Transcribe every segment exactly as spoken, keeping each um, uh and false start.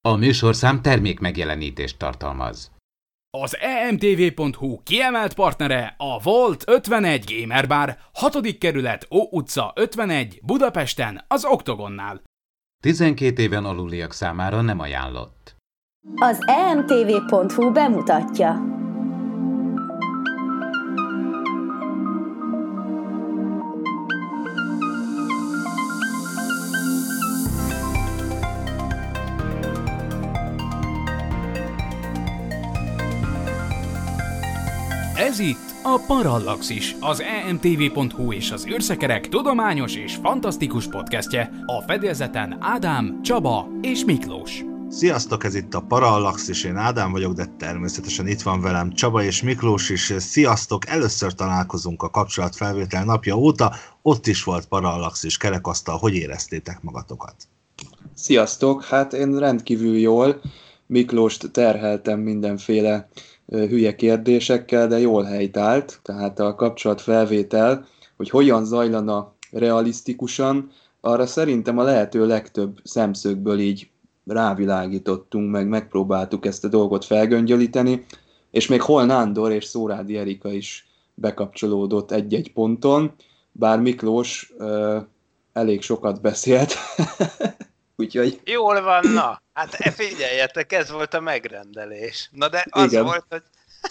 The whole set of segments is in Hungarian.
A műsorszám termék megjelenítést tartalmaz. Az e em té vé pont hú kiemelt partnere a Volt ötvenegy Gamer Bar, hatodik kerület, Ó utca ötvenegy, Budapesten, az Oktogonnál. tizenkét éven aluliak számára nem ajánlott. Az e em té vé pont hú bemutatja. Ez itt a Parallaxis, az e em té vé pont hú és az űrszekerek tudományos és fantasztikus podcastje. A fedélzeten Ádám, Csaba és Miklós. Sziasztok, ez itt a Parallaxis, én Ádám vagyok, de természetesen itt van velem Csaba és Miklós is. Sziasztok, először találkozunk a kapcsolatfelvétel napja óta, ott is volt Parallaxis kerekasztal, hogy éreztétek magatokat? Sziasztok, hát én rendkívül jól, Miklóst terheltem mindenféle hülye kérdésekkel, de jól helytált, tehát a kapcsolatfelvétel, hogy hogyan zajlana realisztikusan, arra szerintem a lehető legtöbb szemszögből így rávilágítottunk, meg megpróbáltuk ezt a dolgot felgöngyölíteni, és még Hol Nándor és Szórádi Erika is bekapcsolódott egy-egy ponton, bár Miklós uh, elég sokat beszélt. Úgyhogy... Jól van, na, hát figyeljetek, ez volt a megrendelés. Na de az Igen. volt, hogy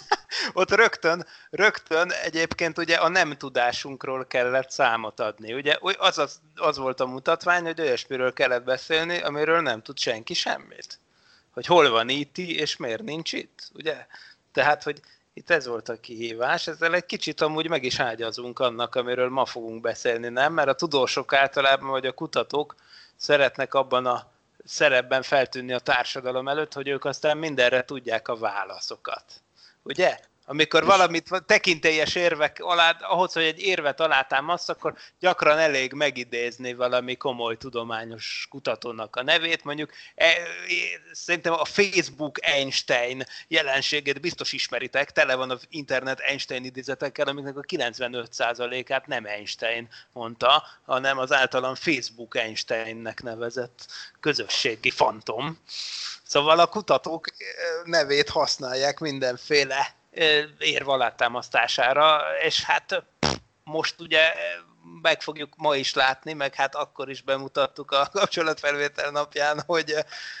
ott rögtön, rögtön egyébként ugye a nem tudásunkról kellett számot adni. Ugye az, az, az volt a mutatvány, hogy olyasmiről kellett beszélni, amiről nem tud senki semmit. Hogy hol van í té és miért nincs itt, ugye? Tehát, hogy itt ez volt a kihívás, ezzel egy kicsit amúgy meg is ágyazunk annak, amiről ma fogunk beszélni, nem? Mert a tudósok általában, vagy a kutatók szeretnek abban a szerepben feltűnni a társadalom előtt, hogy ők aztán mindenre tudják a válaszokat. Ugye? Amikor valamit tekintélyes érvek alá, ahhoz, hogy egy érvet alátámaszt, akkor gyakran elég megidézni valami komoly tudományos kutatónak a nevét. Mondjuk e, szerintem a Facebook Einstein jelenségét biztos ismeritek, tele van az internet Einstein idézetekkel, amiknek a kilencvenöt százalékát nem Einstein mondta, hanem az általam Facebook Einsteinnek nevezett közösségi fantom. Szóval a kutatók nevét használják mindenféle érv alátámasztására, és hát most ugye meg fogjuk ma is látni, meg hát akkor is bemutattuk a kapcsolatfelvétel napján, hogy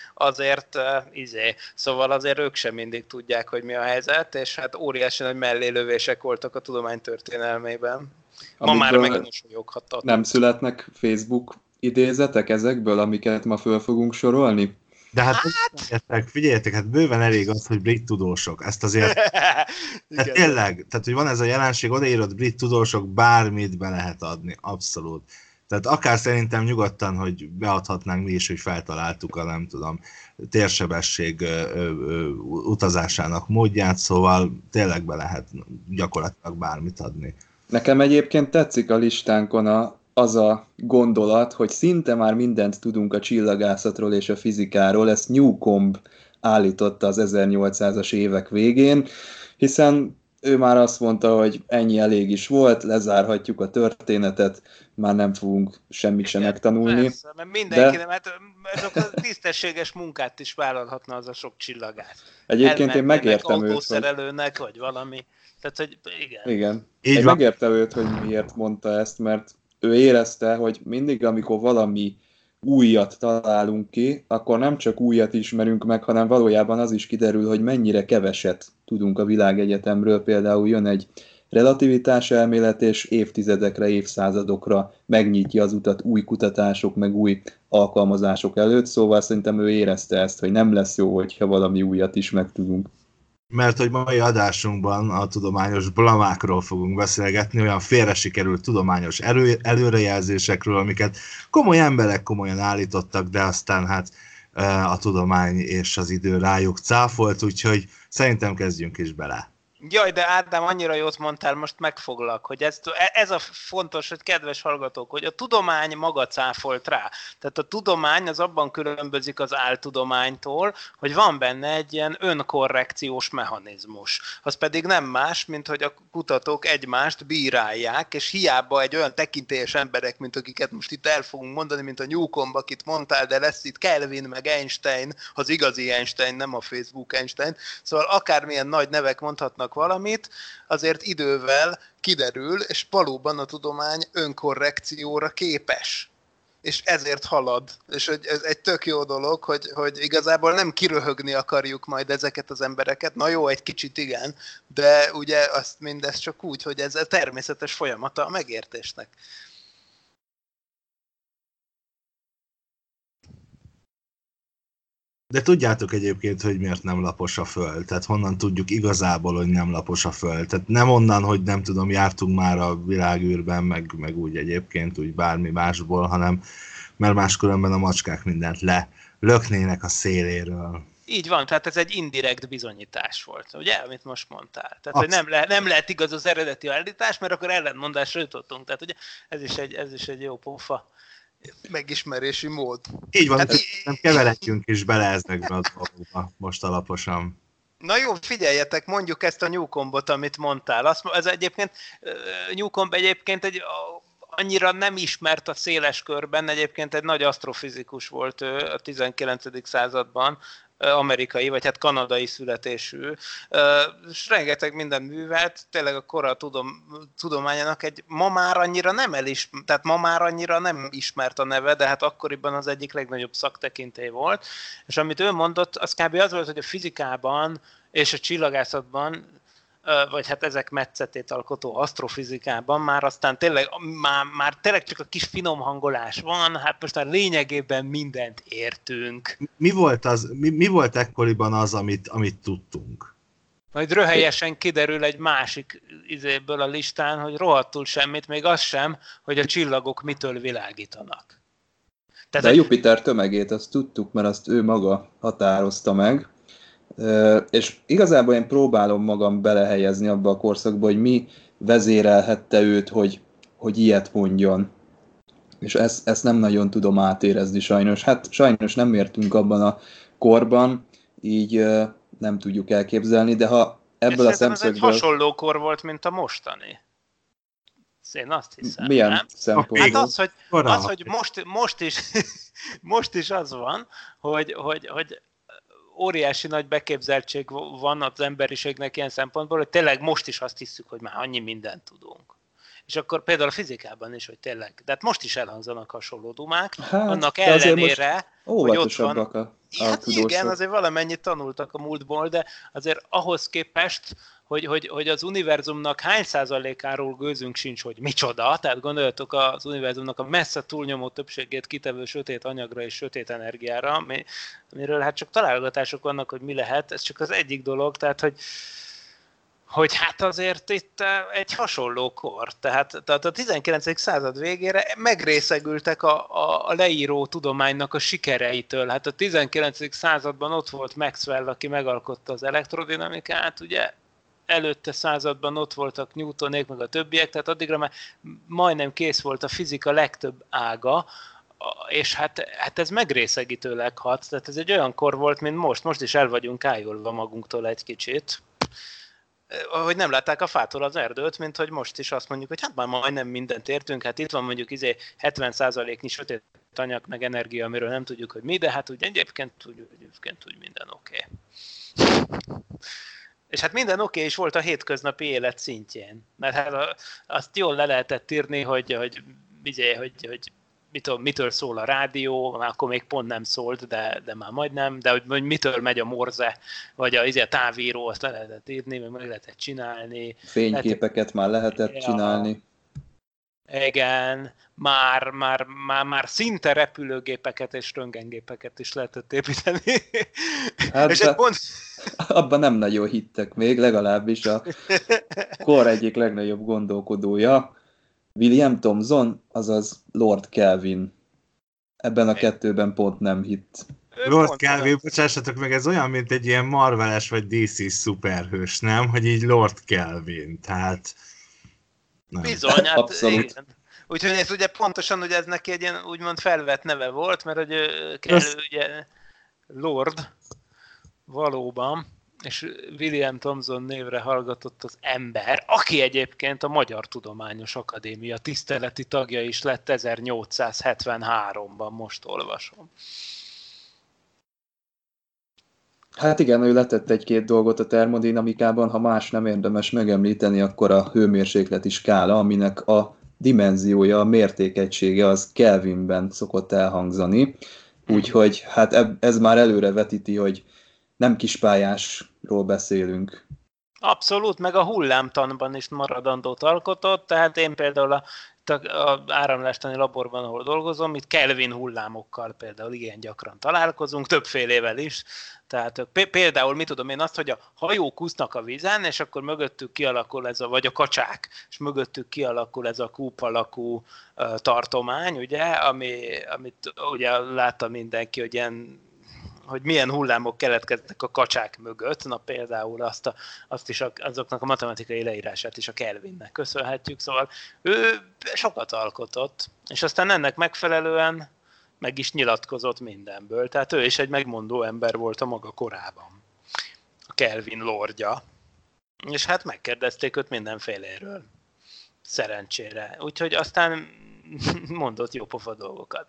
azért izé, szóval azért ők sem mindig tudják, hogy mi a helyzet, és hát óriási nagy mellélövések voltak a tudomány történelmében. Ma Amikből már megmosolyoghattak. Nem születnek Facebook idézetek ezekből, amiket ma föl fogunk sorolni? De hát, hát... figyeljetek, hát bőven elég az, hogy brit tudósok, ezt azért, hát tényleg, tehát hogy van ez a jelenség, odaírott brit tudósok, bármit be lehet adni, abszolút. Tehát akár szerintem nyugodtan, hogy beadhatnánk mi is, hogy feltaláltuk a nem tudom, térsebesség ö, ö, ö, utazásának módját, szóval tényleg be lehet gyakorlatilag bármit adni. Nekem egyébként tetszik a listánkon a az a gondolat, hogy szinte már mindent tudunk a csillagászatról és a fizikáról, ezt Newcomb állította az ezernyolcszázas évek végén, hiszen ő már azt mondta, hogy ennyi elég is volt, lezárhatjuk a történetet, már nem fogunk semmit sem megtanulni. Persze, mert mindenki, de... mert azok a tisztességes munkát is vállalhatna az a sok csillagász. Egyébként én megértem őt, autószerelőnek, hogy... vagy valami. Tehát, hogy igen. Igen. Így én megértem őt, hogy miért mondta ezt, mert ő érezte, hogy mindig, amikor valami újat találunk ki, akkor nem csak újat ismerünk meg, hanem valójában az is kiderül, hogy mennyire keveset tudunk a világegyetemről. Például jön egy relativitás elmélet, és évtizedekre, évszázadokra megnyitja az utat új kutatások, meg új alkalmazások előtt, szóval szerintem ő érezte ezt, hogy nem lesz jó, hogyha valami újat is megtudunk. Mert hogy mai adásunkban a tudományos blamákról fogunk beszélgetni, olyan félre sikerült tudományos erő, előrejelzésekről, amiket komoly emberek komolyan állítottak, de aztán hát a tudomány és az idő rájuk cáfolt, úgyhogy szerintem kezdjünk is bele. Jaj, de Ádám, annyira jót mondtál, most megfoglak, hogy ez, ez a fontos, hogy kedves hallgatók, hogy a tudomány maga cáfolt rá. Tehát a tudomány az abban különbözik az áltudománytól, hogy van benne egy ilyen önkorrekciós mechanizmus. Az pedig nem más, mint hogy a kutatók egymást bírálják, és hiába egy olyan tekintélyes emberek, mint akiket most itt el fogunk mondani, mint a Newcomb, akit mondtál, de lesz itt Kelvin, meg Einstein, az igazi Einstein, nem a Facebook Einstein. Szóval akármilyen nagy nevek mondhatnak valamit, azért idővel kiderül, és valóban a tudomány önkorrekcióra képes. És ezért halad. És ez egy tök jó dolog, hogy, hogy igazából nem kiröhögni akarjuk majd ezeket az embereket. Na jó, egy kicsit igen, de ugye azt mindez csak úgy, hogy ez a természetes folyamata a megértésnek. De tudjátok egyébként, hogy miért nem lapos a Föld? Tehát honnan tudjuk igazából, hogy nem lapos a Föld? Tehát nem onnan, hogy nem tudom, jártunk már a világűrben, meg, meg úgy egyébként, úgy bármi másból, hanem mert máskülönben a macskák mindent le löknének a széléről. Így van, tehát ez egy indirekt bizonyítás volt, ugye, amit most mondtál. Tehát, hogy nem, le, nem lehet igaz az eredeti állítás, mert akkor ellentmondásra jutottunk. Tehát ugye ez is egy, ez is egy jó pofa megismerési mód. Így van, hát, nem keveredjünk is bele ezekbe a dolgokba most alaposan. Na jó, figyeljetek, mondjuk ezt a Newcombot, amit mondtál. Azt, ez egyébként, Newcomb egyébként egy annyira nem ismert a széles körben, egyébként egy nagy asztrofizikus volt ő a tizenkilencedik században, amerikai, vagy hát kanadai születésű, és rengeteg minden művelt, tényleg a kora tudom, tudományának egy ma már annyira nem elismert, tehát ma már annyira nem ismert a neve, de hát akkoriban az egyik legnagyobb szaktekintély volt, és amit ő mondott, az kb. Az volt, hogy a fizikában és a csillagászatban, vagy hát ezek metszetét alkotó asztrofizikában már aztán tényleg, már, már tényleg csak a kis finom hangolás van, hát most már lényegében mindent értünk. Mi volt, az, mi, mi volt ekkoriban az, amit, amit tudtunk? Majd röhelyesen kiderül egy másik izéből a listán, hogy rohadtul semmit, még az sem, hogy a csillagok mitől világítanak. Tehát de a Jupiter tömegét azt tudtuk, mert azt ő maga határozta meg, és igazából én próbálom magam belehelyezni abba a korszakba, hogy mi vezérelhette őt, hogy, hogy ilyet mondjon. És ezt, ezt nem nagyon tudom átérezni sajnos. Hát sajnos nem értünk abban a korban, így nem tudjuk elképzelni, de ha ebből és a szemszögből... ez egy hasonló kor volt, mint a mostani. Én azt hiszem. Milyen nem? szempontból? Hát az, hogy, az, hogy most, most, is, most is az van, hogy, hogy, hogy óriási nagy beképzeltség van az emberiségnek ilyen szempontból, hogy tényleg most is azt hiszük, hogy már annyi mindent tudunk. És akkor például a fizikában is, hogy tényleg, de hát most is elhangzanak hasonló dumák, hát, annak ellenére, hogy ott van... A, a hát igen, azért valamennyit tanultak a múltból, de azért ahhoz képest, hogy, hogy, hogy az univerzumnak hány százalékáról gőzünk sincs, hogy micsoda, tehát gondoljatok az univerzumnak a messze túlnyomó többségét kitevő sötét anyagra és sötét energiára, ami, amiről hát csak találgatások vannak, hogy mi lehet, ez csak az egyik dolog, tehát hogy hogy hát azért itt egy hasonló kor. Tehát, tehát a tizenkilencedik század végére megrészegültek a, a, a leíró tudománynak a sikereitől. Hát a tizenkilencedik században ott volt Maxwell, aki megalkotta az elektrodinamikát, ugye előtte században ott voltak Newtonék, meg a többiek, tehát addigra már majdnem kész volt a fizika legtöbb ága, és hát, hát ez megrészegítőleg hat. Tehát ez egy olyan kor volt, mint most. Most is el vagyunk ájulva magunktól egy kicsit. Hogy nem látták a fától az erdőt, mint hogy most is azt mondjuk, hogy hát már majdnem mindent értünk, hát itt van mondjuk izé hetven százaléknyi sötét anyag meg energia, amiről nem tudjuk, hogy mi, de hát úgy egyébként úgy, egyébként úgy minden oké. Okay. És hát minden oké okay is volt a hétköznapi élet szintjén. Mert hát azt jól le lehetett írni, hogy, hogy, hogy, hogy, hogy mitől, mitől szól a rádió, már akkor még pont nem szólt, de, de már majdnem, de hogy, hogy mitől megy a morze, vagy a, a távíró, azt le lehetett írni, meg meg lehetett csinálni. Fényképeket lehet, már lehetett ja, csinálni. Igen, már, már, már, már szinte repülőgépeket és röntgengépeket is lehetett építeni. Hát és egy pont... abban nem nagyon hittek még, legalábbis a kor egyik legnagyobb gondolkodója, William Thomson, azaz Lord Kelvin. Ebben a kettőben pont nem hitt. Lord Kelvin, bocsássatok meg, ez olyan, mint egy ilyen Marvel-es vagy dé cé szuperhős, nem? Hogy így Lord Kelvin, tehát... Nem. Bizony, hát abszolút. Igen. Úgyhogy ez ugye pontosan, hogy ez neki egy ilyen úgymond felvett neve volt, mert hogy kell ugye Lord valóban, és William Thomson névre hallgatott az ember, aki egyébként a Magyar Tudományos Akadémia tiszteleti tagja is lett ezernyolcszázhetvenháromban, most olvasom. Hát igen, ő letett egy-két dolgot a termodinamikában, ha más nem érdemes megemlíteni, akkor a hőmérsékleti skála, aminek a dimenziója, a mértékegysége az Kelvinben szokott elhangzani. Úgyhogy hát ez már előre vetíti, hogy nem kispályásról beszélünk. Abszolút, meg a hullámtanban is maradandót alkotott, tehát én például a, a áramlástani laborban, ahol dolgozom, itt Kelvin hullámokkal például igen gyakran találkozunk, többfélével is. Tehát például, mit tudom én azt, hogy a hajók úsznak a vízen, és akkor mögöttük kialakul ez a, vagy a kacsák, és mögöttük kialakul ez a kúp alakú uh, tartomány, ugye, ami, amit ugye látta mindenki, hogy ilyen, hogy milyen hullámok keletkeznek a kacsák mögött, na például azt, a, azt is a, azoknak a matematikai leírását is a Kelvinnek köszönhetjük, szóval ő sokat alkotott, és aztán ennek megfelelően meg is nyilatkozott mindenből, tehát ő is egy megmondó ember volt a maga korában, a Kelvin lordja, és hát megkérdezték őt mindenféléről, szerencsére, úgyhogy aztán mondott jópofa dolgokat.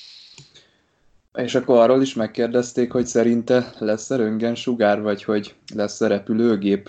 És akkor arról is megkérdezték, hogy szerinte lesz-e röntgensugár, vagy hogy lesz-e repülőgép?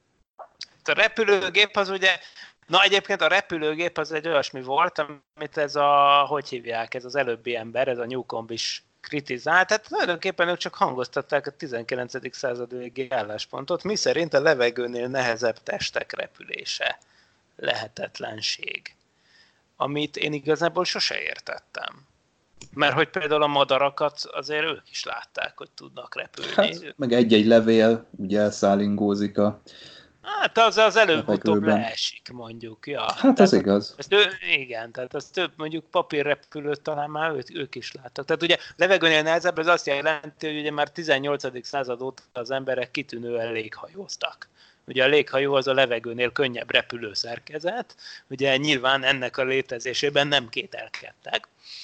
A repülőgép az ugye, na egyébként a repülőgép az egy olyasmi volt, amit ez a, hogy hívják, ez az előbbi ember, ez a Newcomb is kritizált, tehát tulajdonképpen ők csak hangoztatták a tizenkilencedik század végi álláspontot, miszerint a levegőnél nehezebb testek repülése lehetetlenség, amit én igazából sose értettem. Mert hogy például a madarakat azért ők is látták, hogy tudnak repülni. Hát, meg egy-egy levél, ugye elszállingózik a... Hát az az előbb-utóbb leesik, mondjuk. Ja. Hát tehát az igaz. Ezt ő, igen, tehát az több, mondjuk papírrepülőt talán már ők, ők is láttak. Tehát ugye levegőnél nehezebb, ez azt jelenti, hogy ugye már tizennyolcadik század óta az emberek kitűnően léghajóztak. Ugye a léghajó az a levegőnél könnyebb repülőszerkezet, ugye nyilván ennek a létezésében nem kételkedtek.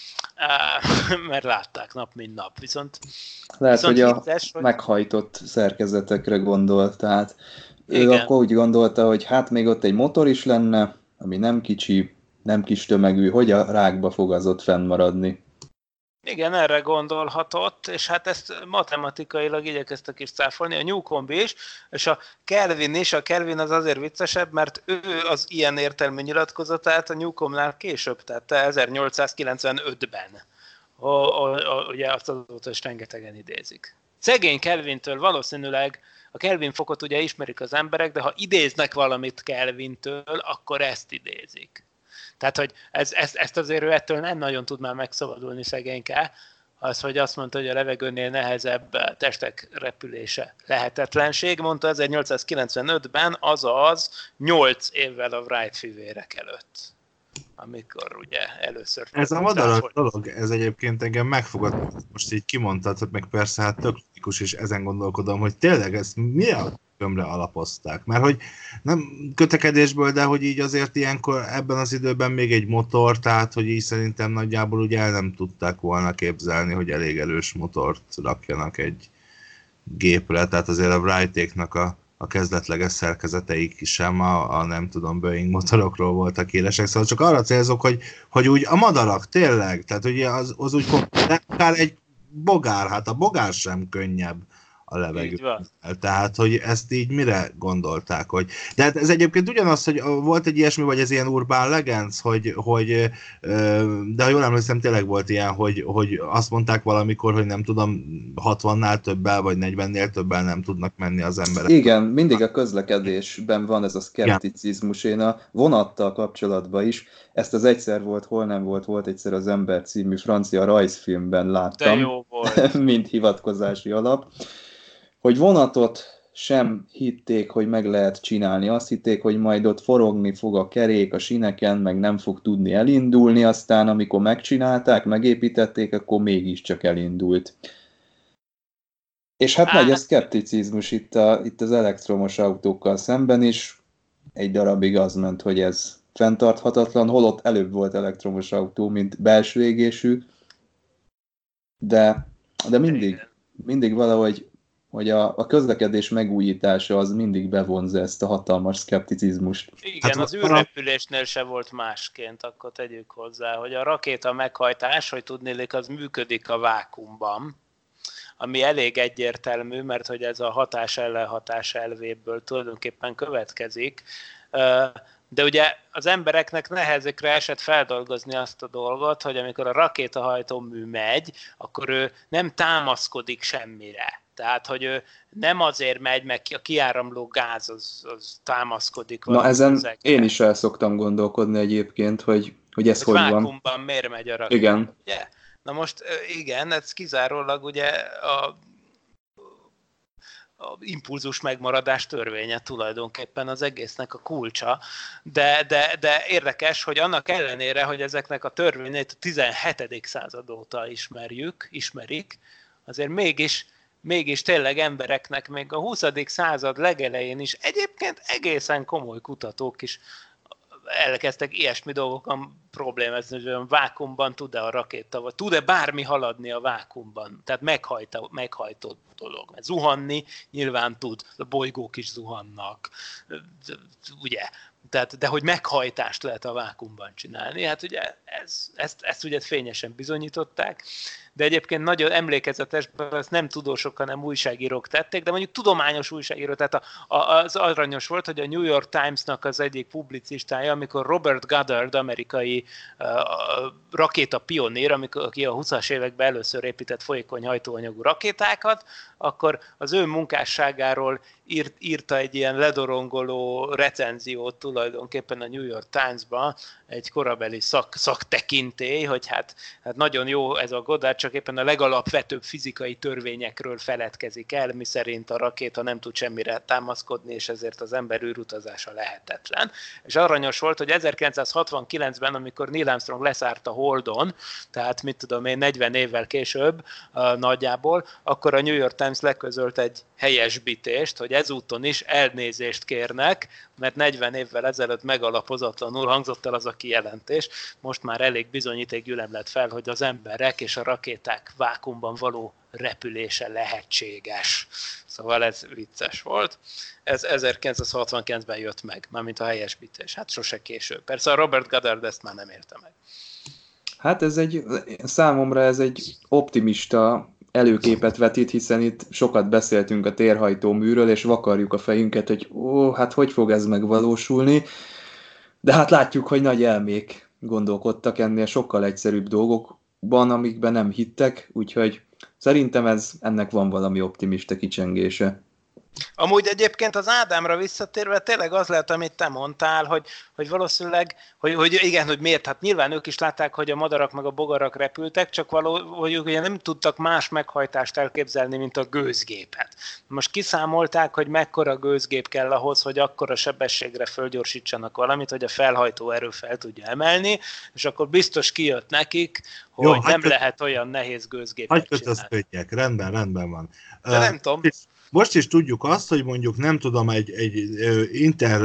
Mert látták nap, mint nap. Viszont, lehet, viszont hogy a vicces, hogy... meghajtott szerkezetekre gondol, tehát igen. Ő akkor úgy gondolta, hogy hát még ott egy motor is lenne, ami nem kicsi, nem kis tömegű, hogy a rákba fog az ott fennmaradni. Igen, erre gondolhatott, és hát ezt matematikailag igyekeztek is cáfolni, a Newcomb is, és a Kelvin is, a Kelvin az azért viccesebb, mert ő az ilyen értelmű nyilatkozatát a Newcombnál később tette, ezernyolcszázkilencvenötben. O, o, o, ugye azt azóta is rengetegen idézik. Szegény Kelvintől valószínűleg, a Kelvin fokot ugye ismerik az emberek, de ha idéznek valamit Kelvintől, akkor ezt idézik. Tehát, hogy ez, ez, ezt azért ő ettől nem nagyon tud már megszabadulni szegényke, az, hogy azt mondta, hogy a levegőnél nehezebb testek repülése lehetetlenség, mondta ezernyolcszázkilencvenötben, azaz nyolc évvel a Wright fivérek előtt, amikor ugye először... Ez a madaras dolog, ez egyébként engem megfogott, most így kimondtad, meg persze hát tök kritikus, és ezen gondolkodom, hogy tényleg ezt mi a tömre alapozták, mert hogy nem kötekedésből, de hogy így azért ilyenkor ebben az időben még egy motor, tehát hogy így szerintem nagyjából ugye el nem tudták volna képzelni, hogy elég erős motort rakjanak egy gépre, tehát azért a Wrightéknak a, a kezdetleges szerkezeteik sem a, a nem tudom, Boeing motorokról voltak élesek, szóval csak arra célzok, hogy, hogy úgy a madarak tényleg, tehát ugye az, az úgy, de akár egy bogár, hát a bogár sem könnyebb a levegőben. Tehát, hogy ezt így mire gondolták, hogy... De hát ez egyébként ugyanaz, hogy volt egy ilyesmi, vagy ez ilyen urban legends, hogy, hogy de ha jól emlékszem, tényleg volt ilyen, hogy, hogy azt mondták valamikor, hogy nem tudom, hatvannál többel, vagy negyvennél többel nem tudnak menni az emberek. Igen, mindig a közlekedésben van ez a szkepticizmus. Én a vonattal kapcsolatban is, ezt az egyszer volt, hol nem volt, volt egyszer az Ember című francia rajzfilmben láttam, de jó volt. mint hivatkozási alap, hogy vonatot sem hitték, hogy meg lehet csinálni. Azt hitték, hogy majd ott forogni fog a kerék a sineken, meg nem fog tudni elindulni, aztán amikor megcsinálták, megépítették, akkor mégiscsak elindult. És hát nagy a szkepticizmus itt, a, itt az elektromos autókkal szemben is. Egy darabig az ment, hogy ez fenntarthatatlan, holott előbb volt elektromos autó, mint belső égésű, de, de mindig, mindig valahogy, hogy a, a közlekedés megújítása az mindig bevonza ezt a hatalmas szkepticizmust. Igen, hát, az űrrepülésnél se volt másként, akkor tegyük hozzá, hogy a rakéta meghajtás, hogy tudnélik, az működik a vákuumban, ami elég egyértelmű, mert hogy ez a hatás ellenhatás elvéből tulajdonképpen következik. De ugye az embereknek nehezekre esett feldolgozni azt a dolgot, hogy amikor a rakétahajtómű megy, akkor ő nem támaszkodik semmire. Tehát, hogy ő nem azért megy, mert a kiáramló gáz az, az támaszkodik. Na ezen közegre. Én is el szoktam gondolkodni egyébként, hogy, hogy ez hogy, hogy van. Vákuumban miért megy a rakéta? Igen. Ugye? Na most igen, ez kizárólag ugye a, a impulzus megmaradás törvénye tulajdonképpen az egésznek a kulcsa, de, de, de érdekes, hogy annak ellenére, hogy ezeknek a törvényeit a tizenhetedik század óta ismerjük, ismerik, azért mégis, mégis tényleg embereknek még a huszadik század legelején is egyébként egészen komoly kutatók is elkezdtek ilyesmi dolgokon problémázni, hogy olyan vákuumban tud-e a rakéta, vagy tud-e bármi haladni a vákuumban, tehát meghajtó, meghajtó dolog. Mert zuhanni nyilván tud, a bolygók is zuhannak, ugye, tehát, de hogy meghajtást lehet a vákuumban csinálni, hát ugye ez, ezt, ezt ugye fényesen bizonyították, de egyébként nagyon emlékezetes, ezt nem tudósok, hanem újságírók tették, de mondjuk tudományos újságírók, tehát a, a, az aranyos volt, hogy a New York Times-nak az egyik publicistája, amikor Robert Goddard, amerikai uh, rakéta pionér, amikor, aki a huszas években először épített folyékony hajtóanyagú rakétákat, akkor az ő munkásságáról írt, írta egy ilyen ledorongoló recenziót tulajdonképpen a New York Times-ban, egy korabeli szak, szaktekintély, hogy hát, hát nagyon jó ez a Goddard, csak éppen a legalapvetőbb fizikai törvényekről feledkezik el, miszerint a rakéta nem tud semmire támaszkodni, és ezért az ember űrutazása lehetetlen. És aranyos volt, hogy ezerkilencszázhatvankilencben, amikor Neil Armstrong leszállt a Holdon, tehát mit tudom én, negyven évvel később uh, nagyjából, akkor a New York Times leközölt egy helyesbítést, hogy ezúton is elnézést kérnek, mert negyven évvel ezelőtt megalapozatlanul hangzott el az a kijelentés. Most már elég bizonyíték gyülemlett fel, hogy az emberek és a rakéták vákuumban való repülése lehetséges. Szóval ez vicces volt. Ez ezerkilencszázhatvankilencben jött meg, mármint a helyesbítés. Hát sose később. Persze a Robert Goddard ezt már nem érte meg. Hát ez egy, számomra ez egy optimista előképet vetít, hiszen itt sokat beszéltünk a térhajtóműről, és vakarjuk a fejünket, hogy ó, hát hogy fog ez megvalósulni. De hát látjuk, hogy nagy elmék gondolkodtak ennél sokkal egyszerűbb dolgokban, amikben nem hittek, úgyhogy szerintem ez, ennek van valami optimista kicsengése. Amúgy egyébként az Ádámra visszatérve tényleg az lehet, amit te mondtál, hogy, hogy valószínűleg, hogy, hogy igen, hogy miért, hát nyilván ők is látták, hogy a madarak meg a bogarak repültek, csak valahogy ugye nem tudtak más meghajtást elképzelni, mint a gőzgépet. Most kiszámolták, hogy mekkora gőzgép kell ahhoz, hogy akkora sebességre fölgyorsítsanak valamit, hogy a felhajtó erő fel tudja emelni, és akkor biztos kijött nekik, hogy Jó, nem köt... lehet olyan nehéz gőzgépet csinálni. Hagyj kötözködjek, rendben, rendben van. De uh, nem tudom. Most is tudjuk azt, hogy mondjuk nem tudom, egy, egy inter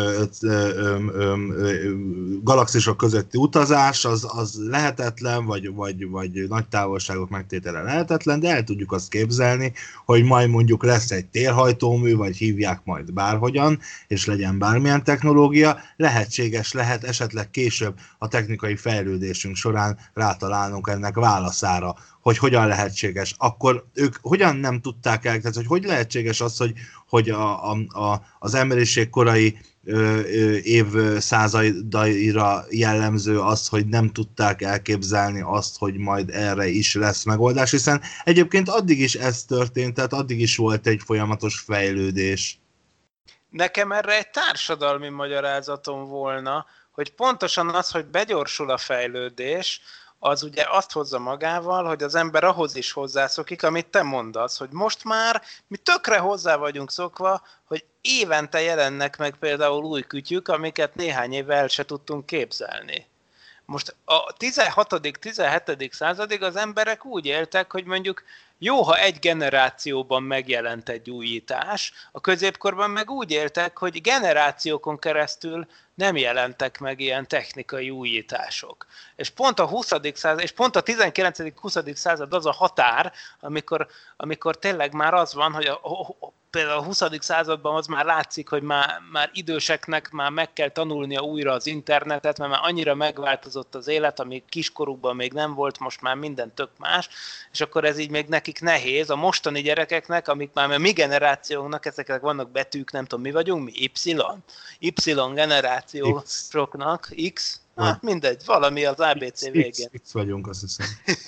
galaxisok közötti utazás az, az lehetetlen, vagy, vagy, vagy nagy távolságok megtétele lehetetlen, de el tudjuk azt képzelni, hogy majd mondjuk lesz egy térhajtómű, vagy hívják majd bárhogyan, és legyen bármilyen technológia, lehetséges lehet esetleg később a technikai fejlődésünk során rátalálnunk ennek válaszára, hogy hogyan lehetséges. Akkor ők hogyan nem tudták el, tehát hogy hogy lehetséges az, hogy, hogy a, a, a, az emberiség korai ö, ö, évszázadaira jellemző az, hogy nem tudták elképzelni azt, hogy majd erre is lesz megoldás, hiszen egyébként addig is ez történt, tehát addig is volt egy folyamatos fejlődés. Nekem erre egy társadalmi magyarázatom volna, hogy pontosan az, hogy begyorsul a fejlődés, az ugye azt hozza magával, hogy az ember ahhoz is hozzászokik, amit te mondasz, hogy most már mi tökre hozzá vagyunk szokva, hogy évente jelennek meg például új kütyük, amiket néhány évvel el se tudtunk képzelni. Most a tizenhatodik-tizenhetedik századig az emberek úgy éltek, hogy mondjuk jó, ha egy generációban megjelent egy újítás, a középkorban meg úgy éltek, hogy generációkon keresztül nem jelentek meg ilyen technikai újítások. És pont a huszadik század, és pont a tizenkilencedik-huszadik század az a határ, amikor, amikor tényleg már az van, hogy a, a, például a huszadik században az már látszik, hogy már, már időseknek már meg kell tanulnia újra az internetet, mert már annyira megváltozott az élet, ami kiskorukban még nem volt, most már minden tök más, és akkor ez így még nekik nehéz. A mostani gyerekeknek, amik már a mi generációnknak, ezeknek vannak betűk, nem tudom, mi vagyunk, mi Y? Y generációsoknak, X, hát mindegy, valami az á bé cé végén. X, X vagyunk, azt hiszem.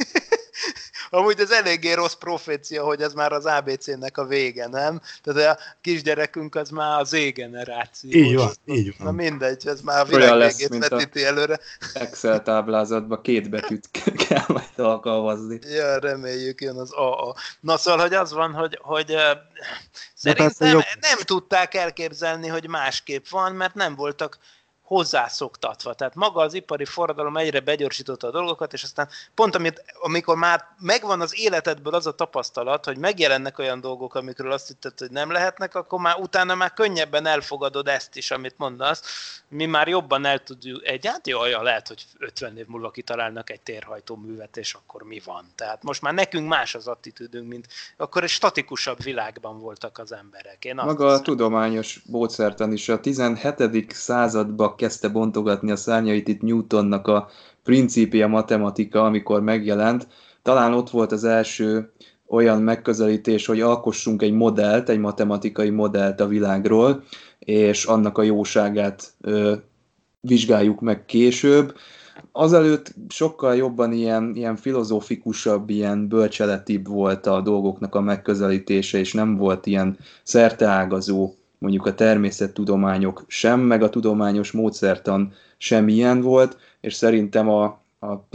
Amúgy ez eléggé rossz profécia, hogy ez már az á bé cének a vége, nem? Tehát a kisgyerekünk az már az Z-generáció. Így van, így van. Na mindegy, ez már a világ végét vetíti előre. Excel táblázatban két betűt kell majd alkalmazni. Ja, reméljük, jön az á á. Na szóval, hogy az van, hogy, hogy uh, szerintem nem tudták elképzelni, hogy másképp van, mert nem voltak hozzászoktatva. Tehát maga az ipari forradalom egyre begyorsította a dolgokat, és aztán pont amit, amikor már megvan az életedből az a tapasztalat, hogy megjelennek olyan dolgok, amikről azt hitted, hogy nem lehetnek, akkor már utána már könnyebben elfogadod ezt is, amit mondasz. Mi már jobban el tudjuk, egy, hát jaj, lehet, hogy ötven év múlva kitalálnak egy térhajtóművet, és akkor mi van. Tehát most már nekünk más az attitűdünk, mint akkor egy statikusabb világban voltak az emberek. Én maga hiszem. A tudományos módszertan is a tizenhetedik században kezdte bontogatni a szárnyait itt Newtonnak a Principia Mathematica, amikor megjelent. Talán ott volt az első olyan megközelítés, hogy alkossunk egy modellt, egy matematikai modellt a világról, és annak a jóságát ö, vizsgáljuk meg később. Azelőtt sokkal jobban ilyen, ilyen filozófikusabb, ilyen bölcseletibb volt a dolgoknak a megközelítése, és nem volt ilyen szerteágazó, mondjuk a természettudományok sem, meg a tudományos módszertan sem ilyen volt, és szerintem a, a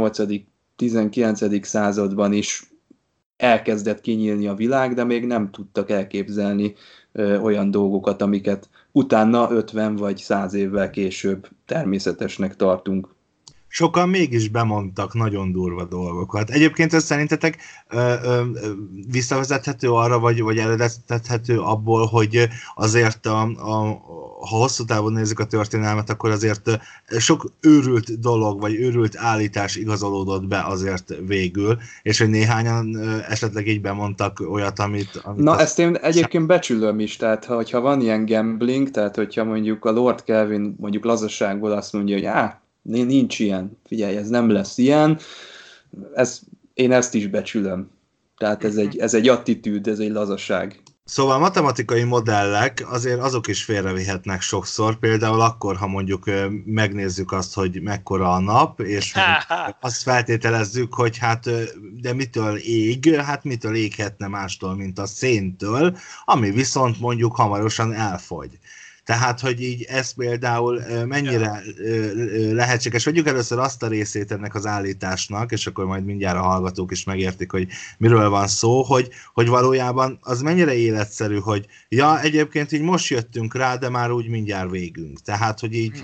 tizennyolcadik-tizenkilencedik században is elkezdett kinyílni a világ, de még nem tudtak elképzelni ö, olyan dolgokat, amiket utána ötven vagy száz évvel később természetesnek tartunk. Sokan mégis bemondtak nagyon durva dolgokat. Egyébként ez szerintetek ö, ö, visszavezethető arra, vagy, vagy eredeztethető abból, hogy azért, a, a, ha hosszú távon nézzük a történelmet, akkor azért sok őrült dolog, vagy őrült állítás igazolódott be azért végül, és hogy néhányan esetleg így bemondtak olyat, amit... amit Na, ezt én egyébként becsülöm is, tehát hogyha van ilyen gambling, tehát hogyha mondjuk a Lord Kelvin mondjuk lazasságból azt mondja, hogy á, nincs ilyen, figyelj, ez nem lesz ilyen, ez, én ezt is becsülöm. Tehát ez egy, ez egy attitűd, ez egy lazaság. Szóval matematikai modellek azért azok is félrevihetnek sokszor, például akkor, ha mondjuk megnézzük azt, hogy mekkora a nap, és azt feltételezzük, hogy hát de mitől ég, hát mitől éghetne mástól, mint a széntől, ami viszont mondjuk hamarosan elfogy. Tehát, hogy így ez például mennyire lehetséges. Vegyük először azt a részét ennek az állításnak, és akkor majd mindjárt a hallgatók is megértik, hogy miről van szó, hogy, hogy valójában az mennyire életszerű, hogy ja, egyébként így most jöttünk rá, de már úgy mindjárt végünk. Tehát, hogy így,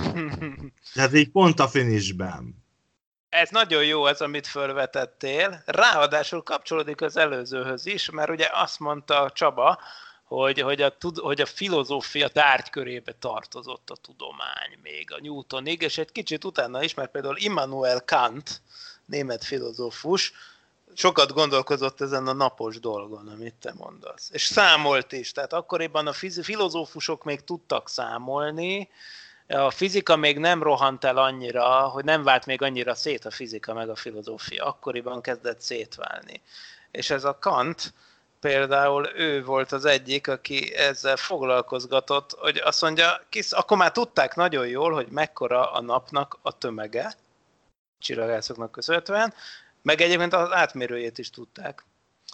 tehát így pont a finishben. Ez nagyon jó ez, amit felvetettél. Ráadásul kapcsolódik az előzőhöz is, mert ugye azt mondta Csaba, hogy, hogy, a, hogy a filozófia tárgykörébe tartozott a tudomány még a Newtonig, és egy kicsit utána is, mert például Immanuel Kant, német filozófus, sokat gondolkozott ezen a napos dolgon, amit te mondasz. És számolt is, tehát akkoriban a filozófusok még tudtak számolni, a fizika még nem rohant el annyira, hogy nem vált még annyira szét a fizika meg a filozófia. Akkoriban kezdett szétválni. És ez a Kant, például ő volt az egyik, aki ezzel foglalkozgatott, hogy azt mondja, kis, akkor már tudták nagyon jól, hogy mekkora a napnak a tömege, csillagászoknak köszönhetően, meg egyébként az átmérőjét is tudták.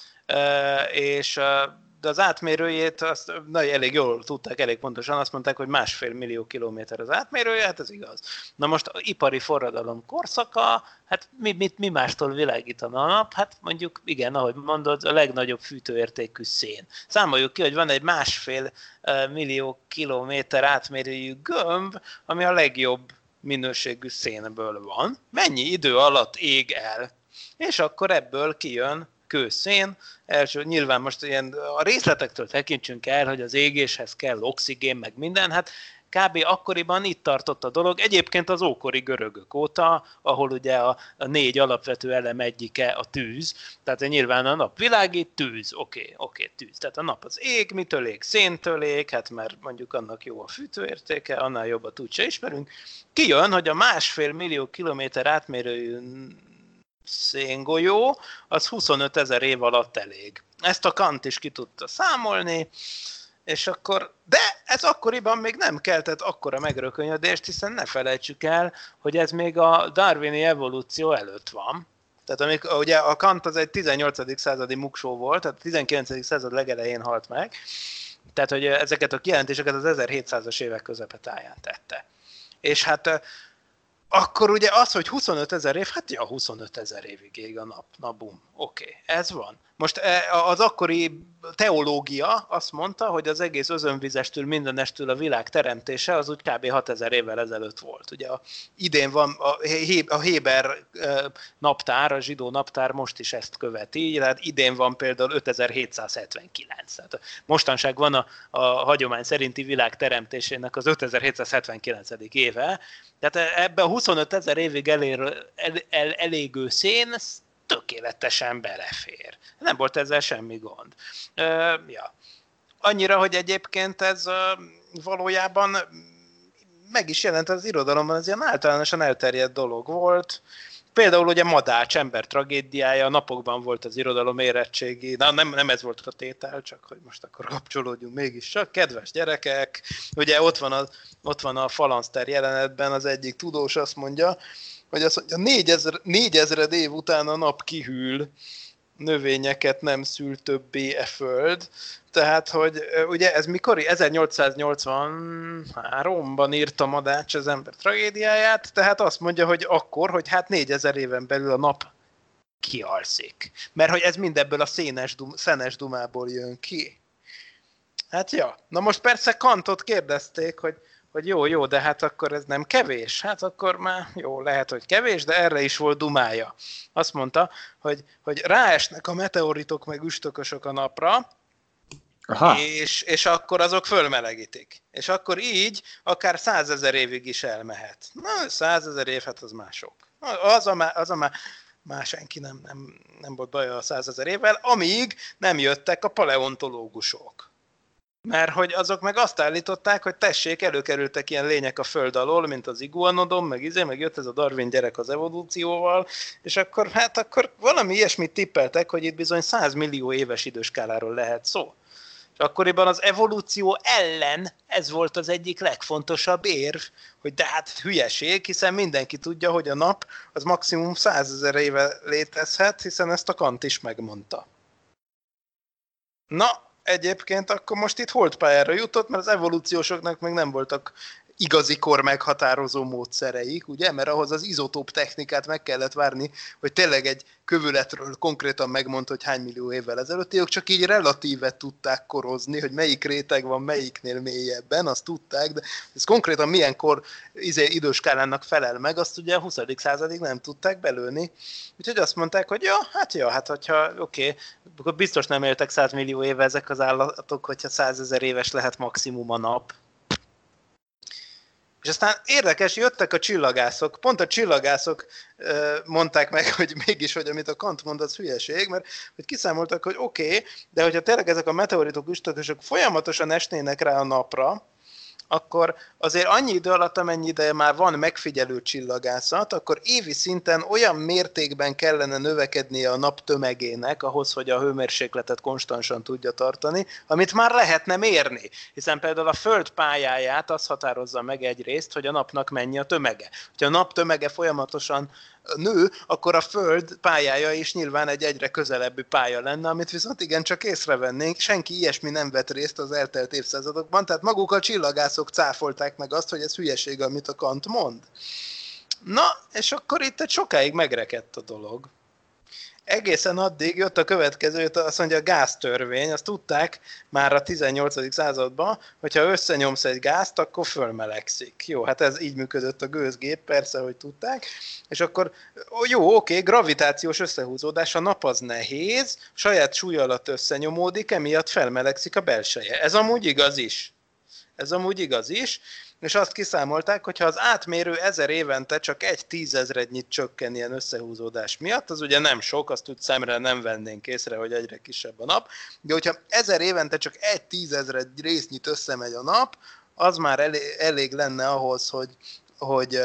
E, és de az átmérőjét azt na, elég jól tudták, elég pontosan, azt mondták, hogy másfél millió kilométer az átmérője, hát ez igaz. Na most az ipari forradalom korszaka, hát mi, mit, mi mástól világítana a nap? Hát mondjuk, igen, ahogy mondod, a legnagyobb fűtőértékű szén. Számoljuk ki, hogy van egy másfél millió kilométer átmérőjű gömb, ami a legjobb minőségű szénből van. Mennyi idő alatt ég el? És akkor ebből kijön kő-szén. Első, nyilván most ilyen a részletektől tekintsünk el, hogy az égéshez kell oxigén, meg minden, hát kb. Akkoriban itt tartott a dolog, egyébként az ókori görögök óta, ahol ugye a, a négy alapvető elem egyike a tűz, tehát nyilván a nap világít, tűz, oké, okay, oké, okay, tűz. Tehát a nap az ég, mitől ég? Széntől ég, hát mert mondjuk annak jó a fűtőértéke, annál jobb a tud se ismerünk. Kijön, hogy a másfél millió kilométer átmérőjű széngolyó, az huszonöt ezer év alatt elég. Ezt a Kant is ki tudta számolni, és akkor, de ez akkoriban még nem keltett akkora megrökönyödést, hiszen ne felejtsük el, hogy ez még a darwini evolúció előtt van. Tehát amik, ugye a Kant az egy tizennyolcadik századi muksó volt, tehát a tizenkilencedik század legelején halt meg, tehát hogy ezeket a kijelentéseket az ezerhétszázas évek közepetáján tette. És hát akkor ugye az, hogy huszonöt ezer év, hát ja, huszonöt ezer évig ég a nap, na bum, oké, okay, ez van. Most az akkori teológia azt mondta, hogy az egész özönvizestől, mindenestől a világ teremtése az úgy kb. hatezer évvel ezelőtt volt. Ugye a, idén van a, a Héber naptár, a zsidó naptár most is ezt követi, tehát idén van például ötezer-hétszázhetvenkilenc. Tehát mostanság van a, a hagyomány szerinti világ teremtésének az ötezer-hétszázhetvenkilencedik éve, tehát ebbe a huszonöt ezer évig elér, el, el, elégő szén tökéletesen belefér. Nem volt ezzel semmi gond. Uh, ja. Annyira, hogy egyébként ez uh, valójában meg is jelent az irodalomban, ez ilyen általánosan elterjedt dolog volt. Például ugye Madács ember tragédiája, a napokban volt az irodalom érettségi, na nem, nem ez volt a tétel, csak hogy most akkor kapcsolódjunk mégis csak. Kedves gyerekek, ugye ott van a, ott van a falanszter jelenetben az egyik tudós azt mondja, hogy az, hogy a négyezer, négyezred év után a nap kihűl, növényeket nem szül többé e föld. Tehát, hogy ugye ez mikor? ezernyolcszáznyolcvanháromban írta Madács az ember tragédiáját, tehát azt mondja, hogy akkor, hogy hát négyezer éven belül a nap kialszik. Mert hogy ez mindebből a szénes, dum, szenes dumából jön ki. Hát ja, na most persze Kantot kérdezték, hogy hogy jó, jó, de hát akkor ez nem kevés. Hát akkor már jó, lehet, hogy kevés, de erre is volt dumája. Azt mondta, hogy, hogy ráesnek a meteoritok meg üstökösök a napra, és, és akkor azok fölmelegítik. És akkor így akár százezer évig is elmehet. Na, százezer év, hát az már sok. Az a már, az a már, már senki nem, nem, nem volt baja a százezer évvel, amíg nem jöttek a paleontológusok. Mert hogy azok meg azt állították, hogy tessék, előkerültek ilyen lények a föld alól, mint az iguanodon, meg izé, meg jött ez a Darwin gyerek az evolúcióval, és akkor hát akkor valami ilyesmit tippeltek, hogy itt bizony száz millió éves időskáláról lehet szó. És akkoriban az evolúció ellen ez volt az egyik legfontosabb érv, hogy de hát hülyeség, hiszen mindenki tudja, hogy a nap az maximum százezer éve létezhet, hiszen ezt a Kant is megmondta. Na, egyébként akkor most itt holdpályára jutott, mert az evolúciósoknak még nem voltak igazi kor meghatározó módszereik, ugye? Mert ahhoz az izotóp technikát meg kellett várni, hogy tényleg egy kövületről konkrétan megmondta, hogy hány millió évvel ezelőtt, ők csak így relatíve tudták korozni, hogy melyik réteg van melyiknél mélyebben, azt tudták, de ez konkrétan milyen kor izé, időskálának felel meg, azt ugye a huszadik századig nem tudták belőni. Úgyhogy azt mondták, hogy ja, hát ja, hát hogyha oké, okay, akkor biztos nem éltek száz millió éve ezek az állatok, hogyha százezer éves lehet maximum a nap. És aztán érdekes, jöttek a csillagászok, pont a csillagászok uh, mondták meg, hogy mégis, hogy amit a Kant mond, az hülyeség, mert hogy kiszámoltak, hogy oké, okay, de hogyha tényleg ezek a meteoritok, üstökösök folyamatosan esnének rá a napra, akkor azért annyi idő alatt, amennyi ideje már van megfigyelő csillagászat, akkor évi szinten olyan mértékben kellene növekednie a nap tömegének ahhoz, hogy a hőmérsékletet konstansan tudja tartani, amit már lehetne mérni. Hiszen például a Föld pályáját az határozza meg egyrészt, hogy a napnak mennyi a tömege. Ha a nap tömege folyamatosan nő, akkor a Föld pályája is nyilván egy egyre közelebbi pálya lenne, amit viszont igencsak észrevennénk. Senki ilyesmi nem vett részt az eltelt évszázadokban, tehát maguk a csillagászok cáfolták meg azt, hogy ez hülyeség, amit a Kant mond. Na, és akkor itt egy sokáig megrekedt a dolog. egészen addig jött a következő, azt mondja a gáztörvény, azt tudták már a tizennyolcadik században, hogyha összenyomsz egy gázt, akkor fölmelegszik. Jó, hát ez így működött a gőzgép, persze, hogy tudták. És akkor jó, oké, gravitációs összehúzódás, a nap az nehéz, saját súly alatt összenyomódik, emiatt felmelegszik a belseje. Ez amúgy igaz is. Ez amúgy igaz is. És azt kiszámolták, hogy ha az átmérő ezer évente csak egy tízezrednyit csökken ilyen összehúzódás miatt, az ugye nem sok, azt úgy szemre nem vennénk észre, hogy egyre kisebb a nap, de hogyha ezer évente csak egy tízezred résznyit összemegy a nap, az már elég, elég lenne ahhoz, hogy, hogy,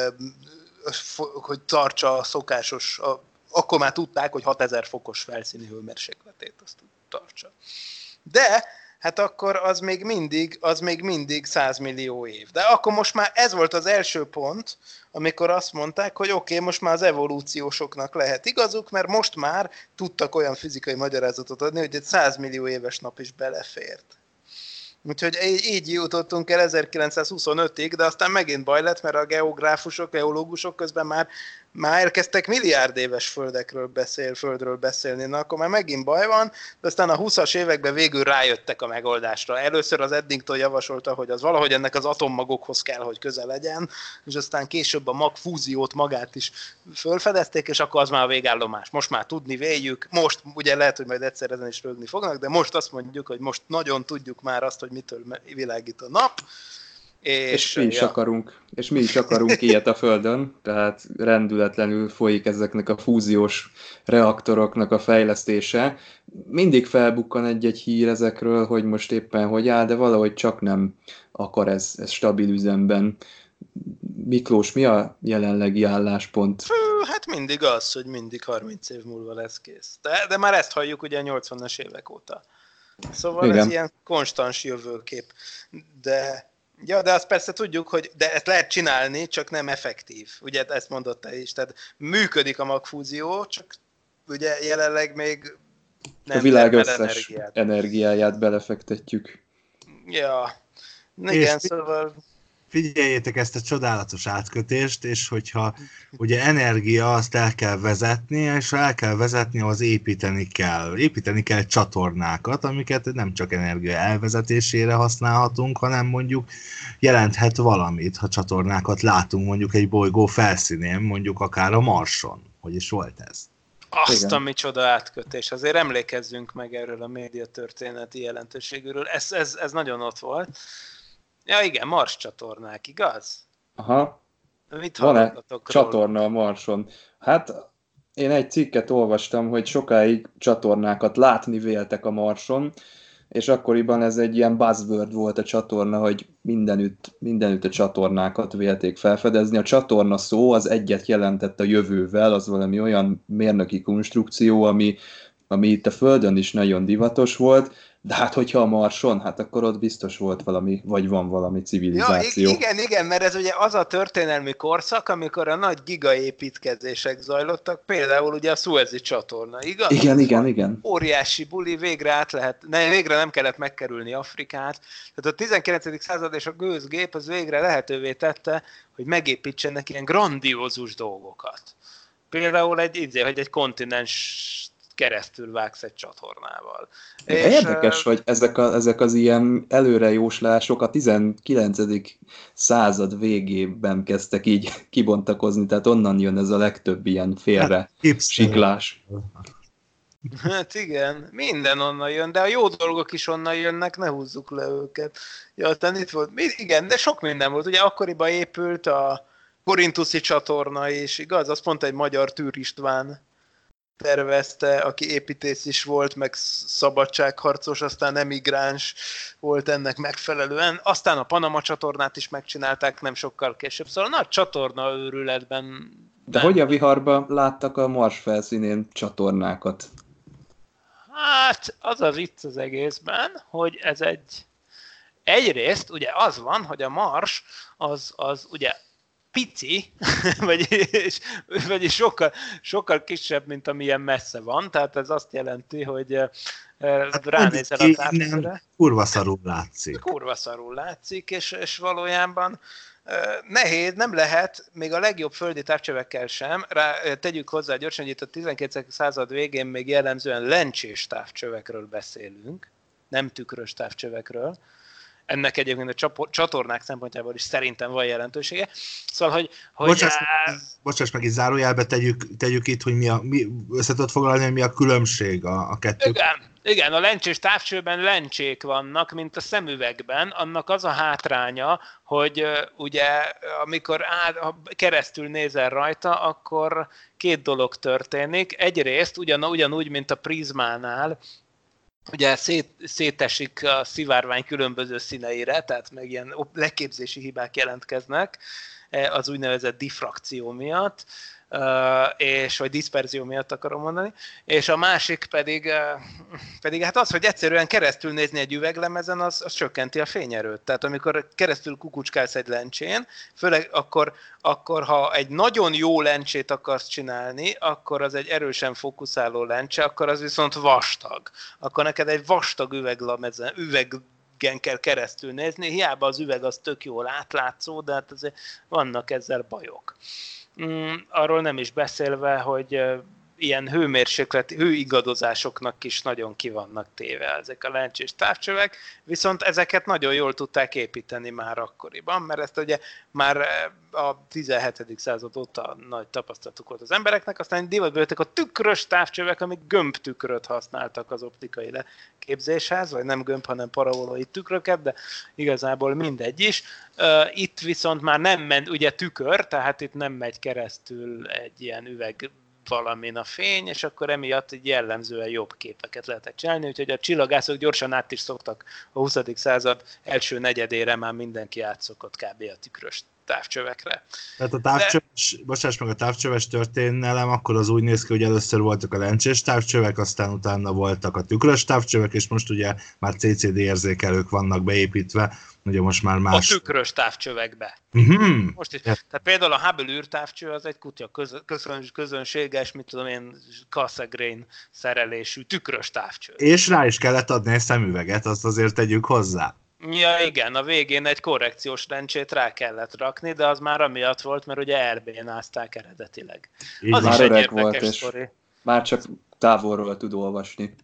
hogy tartsa a szokásos, a, akkor már tudták, hogy hatezer fokos felszíni hőmérsékletét azt tartsa. De hát akkor az még mindig, az még mindig száz millió év. De akkor most már ez volt az első pont, amikor azt mondták, hogy oké, okay, most már az evolúciósoknak lehet igazuk, mert most már tudtak olyan fizikai magyarázatot adni, hogy egy száz millió éves nap is belefért. Úgyhogy így, így jutottunk el ezerkilencszázhuszonötig, de aztán megint baj lett, mert a geográfusok, geológusok közben már, már elkezdtek milliárd éves földekről beszél, földről beszélni, na akkor már megint baj van, de aztán a húszas években végül rájöttek a megoldásra. Először az Eddington javasolta, hogy az valahogy ennek az atommagokhoz kell, hogy közel legyen, és aztán később a magfúziót magát is fölfedezték, és akkor az már a végállomás. Most már tudni véljük, most ugye lehet, hogy majd egyszer ezen is rögni fognak, de most azt mondjuk, hogy most nagyon tudjuk már azt, hogy mitől világít a nap. És, és mi is ja. akarunk, és mi is akarunk ilyet a Földön, tehát rendületlenül folyik ezeknek a fúziós reaktoroknak a fejlesztése. Mindig felbukkan egy-egy hír ezekről, hogy most éppen hogy áll, de valahogy csak nem akar ez, ez stabil üzemben. Miklós, mi a jelenlegi álláspont? Fő, hát mindig az, hogy mindig harminc év múlva lesz kész. De, de már ezt halljuk ugye a nyolcvanas évek óta. Szóval igen. Ez ilyen konstans jövőkép. De... Ja, de azt persze tudjuk, hogy de ezt lehet csinálni, csak nem effektív. Ugye ezt mondott te is. Tehát működik a magfúzió, csak ugye jelenleg még nem a világ összes energiát. energiáját belefektetjük. Ja, igen, és szóval... Figyeljétek ezt a csodálatos átkötést, és hogyha ugye energia, azt el kell vezetni, és ha el kell vezetni, az építeni kell. Építeni kell csatornákat, amiket nem csak energia elvezetésére használhatunk, hanem mondjuk jelenthet valamit, ha csatornákat látunk mondjuk egy bolygó felszínén, mondjuk akár a Marson. Hogy is volt ez? Azt igen. A micsoda átkötés. Azért emlékezzünk meg erről a médiatörténeti jelentőségről. Ez, ez, ez nagyon ott volt. Ja igen, Mars csatornák, igaz? Aha. Mit van-e csatorna a Marson? Hát én egy cikket olvastam, hogy sokáig csatornákat látni véltek a Marson, és akkoriban ez egy ilyen buzzword volt a csatorna, hogy mindenütt, mindenütt a csatornákat vélték felfedezni. A csatorna szó az egyet jelentett a jövővel, az valami olyan mérnöki konstrukció, ami, ami itt a Földön is nagyon divatos volt, de hát, hogyha a Marson, hát akkor ott biztos volt valami, vagy van valami civilizáció. Ja, igen, igen, mert ez ugye az a történelmi korszak, amikor a nagy gigaépítkezések zajlottak, például ugye a Szuezi csatorna, igaz? Igen, igen, igen. Óriási buli, végre át lehet, ne, végre nem kellett megkerülni Afrikát. Tehát a tizenkilencedik század és a gőzgép az végre lehetővé tette, hogy megépítsenek ilyen grandiózus dolgokat. Például egy, hogy egy kontinens keresztül vágsz egy csatornával. És, érdekes, uh, hogy ezek, a, ezek az ilyen előrejóslások a tizenkilencedik század végében kezdtek így kibontakozni, tehát onnan jön ez a legtöbb ilyen félre hát, siklás. Hát igen, minden onnan jön, de a jó dolgok is onnan jönnek, ne húzzuk le őket. Ja, aztán itt volt, igen, de sok minden volt. Ugye akkoriban épült a Korinthuszi csatorna is, igaz? Az pont egy magyar Tűr István tervezte, aki építész is volt, meg szabadságharcos, aztán emigráns volt ennek megfelelően. Aztán a Panama csatornát is megcsinálták nem sokkal később. Szóval nagy csatorna őrületben. De hogy a viharban láttak a Mars felszínén csatornákat? Hát az a vicc az egészben, hogy ez egy... Egyrészt ugye az van, hogy a Mars az, az ugye pici, vagyis, vagyis sokkal, sokkal kisebb, mint amilyen messze van, tehát ez azt jelenti, hogy hát ránézel a távcsőre. Kurva szarul látszik. Kurva szarul látszik, és, és valójában nehéz, nem lehet, még a legjobb földi távcsövekkel sem, rá, tegyük hozzá gyorsan, hogy itt a tizenkettedik század végén még jellemzően lencsés távcsövekről beszélünk, nem tükrös távcsövekről. Ennek egyébként a csatornák szempontjából is szerintem van jelentősége. Szóval, hogy... hogy bocsáss, á... bocsáss meg, itt zárójelbe tegyük, tegyük itt, hogy mi a, mi, össze tudod foglalni, hogy mi a különbség a, a kettő. Igen, igen, a lencsés távcsőben lencsék vannak, mint a szemüvegben. Annak az a hátránya, hogy uh, ugye amikor át, ha keresztül nézel rajta, akkor két dolog történik. Egyrészt ugyan, ugyanúgy, mint a prizmánál, ugye szét, szétesik a szivárvány különböző színeire, tehát meg ilyen leképzési hibák jelentkeznek az úgynevezett diffrakció miatt, és, vagy diszperzió miatt akarom mondani, és a másik pedig, pedig hát az, hogy egyszerűen keresztül nézni egy üveglemezen, az, az csökkenti a fényerőt. Tehát amikor keresztül kukucskálsz egy lencsén, főleg akkor, akkor, ha egy nagyon jó lencsét akarsz csinálni, akkor az egy erősen fókuszáló lencse, akkor az viszont vastag. Akkor neked egy vastag üveglemezen, üveg kell keresztül nézni, hiába az üveg az tök jól átlátszó, de hát azért vannak ezzel bajok. Mm, arról nem is beszélve, hogy uh, ilyen hőmérsékleti, hőingadozásoknak is nagyon ki vannak téve ezek a lencsés távcsövek, viszont ezeket nagyon jól tudták építeni már akkoriban, mert ezt ugye már a tizenhetedik század óta nagy tapasztalatuk volt az embereknek, aztán divatba jöttek a tükrös távcsövek, amik gömbtükröt használtak az optikai leképzéshez, vagy nem gömb, hanem parabolai tükröket, de igazából mindegy is. Itt viszont már nem ment, ugye tükör, tehát itt nem megy keresztül egy ilyen üveg valamin a fény, és akkor emiatt jellemzően jobb képeket lehetett csinálni, úgyhogy a csillagászok gyorsan át is szoktak a huszadik század első negyedére, már mindenki átszokott kb. A tükrös távcsövekre. Tehát a távcsöves, De... bocsáss meg, a távcsöves történelem akkor az úgy néz ki, hogy először voltak a lencsés távcsövek, aztán utána voltak a tükrös távcsövek, és most ugye már cé cé dé érzékelők vannak beépítve, ugye most már más... A tükrös távcsövekbe. Uh-huh. Most is. Yeah. Tehát például a Hubble űrtávcső az egy kutya közön, közön, közönséges, mit tudom én, Cassegrain szerelésű tükrös távcső. És rá is kellett adni egy szemüveget, azt azért tegyük hozzá. Ja igen, a végén egy korrekciós lencsét rá kellett rakni, de az már amiatt volt, mert ugye elbénázták eredetileg. Így az már is egy érdekes volt, sztori. Már csak távolról tud olvasni.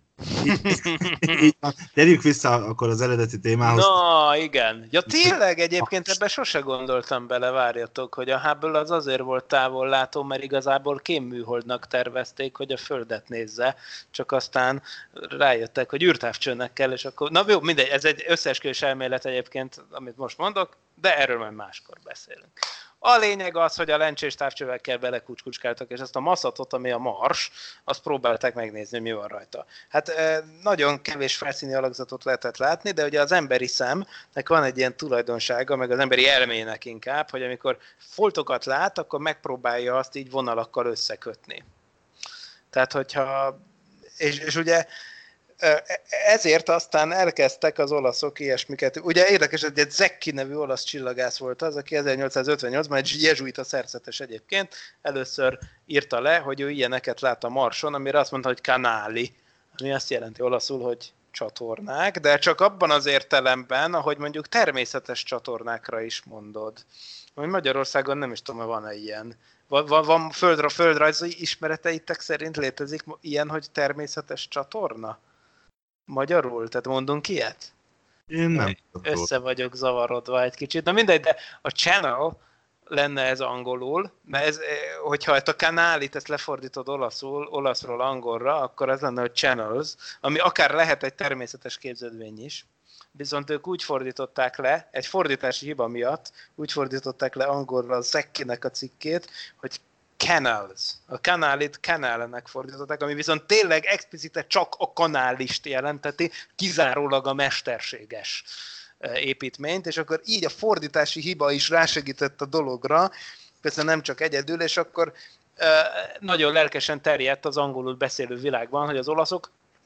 Térjük vissza akkor az eredeti témához. Na, igen. Ja, tényleg egyébként ebben sose gondoltam bele, várjatok, hogy a Hubble az azért volt távollátó, mert igazából kémműholdnak tervezték, hogy a Földet nézze, csak aztán rájöttek, hogy űrtávcsőnek kell, és akkor... Na jó, mindegy, ez egy összeesküvés elmélet egyébként, amit most mondok, de erről majd máskor beszélünk. A lényeg az, hogy a lencsés távcsövekkel belekucskucskáltak, és ezt a maszatot, ami a Mars, azt próbálták megnézni, mi van rajta. Hát nagyon kevés felszíni alakzatot lehetett látni, de ugye az emberi szemnek van egy ilyen tulajdonsága, meg az emberi elmének inkább, hogy amikor foltokat lát, akkor megpróbálja azt így vonalakkal összekötni. Tehát, hogyha... És, és ugye... Ezért aztán elkezdtek az olaszok ilyesmiket. Ugye érdekes, hogy egy Zecchi nevű olasz csillagász volt az, aki ezernyolcszázötvennyolcban, egy jezsuita szerzetes egyébként, először írta le, hogy ő ilyeneket lát a Marson, amire azt mondta, hogy canali, ami azt jelenti olaszul, hogy csatornák, de csak abban az értelemben, ahogy mondjuk természetes csatornákra is mondod. Hogy Magyarországon nem is tudom, van-e ilyen. Van, van, van földra, földrajzi ismereteitek szerint létezik ilyen, hogy természetes csatorna? Magyarul? Tehát mondunk ilyet? Én nem. Össze vagyok zavarodva egy kicsit. Na mindegy, de a channel lenne ez angolul, mert ez, hogyha ezt a kanálit ezt lefordítod olaszul, olaszról angolra, akkor az lenne, hogy channels, ami akár lehet egy természetes képződmény is. Viszont ők úgy fordították le, egy fordítási hiba miatt, úgy fordították le angolra a Zecchinek a cikkét, hogy canals. A kanálit canalnek fordították, ami viszont tényleg explicite csak a kanálist jelenteti, kizárólag a mesterséges építményt, és akkor így a fordítási hiba is rásegített a dologra, persze nem csak egyedül, és akkor nagyon lelkesen terjedt az angolul beszélő világban, hogy az olaszok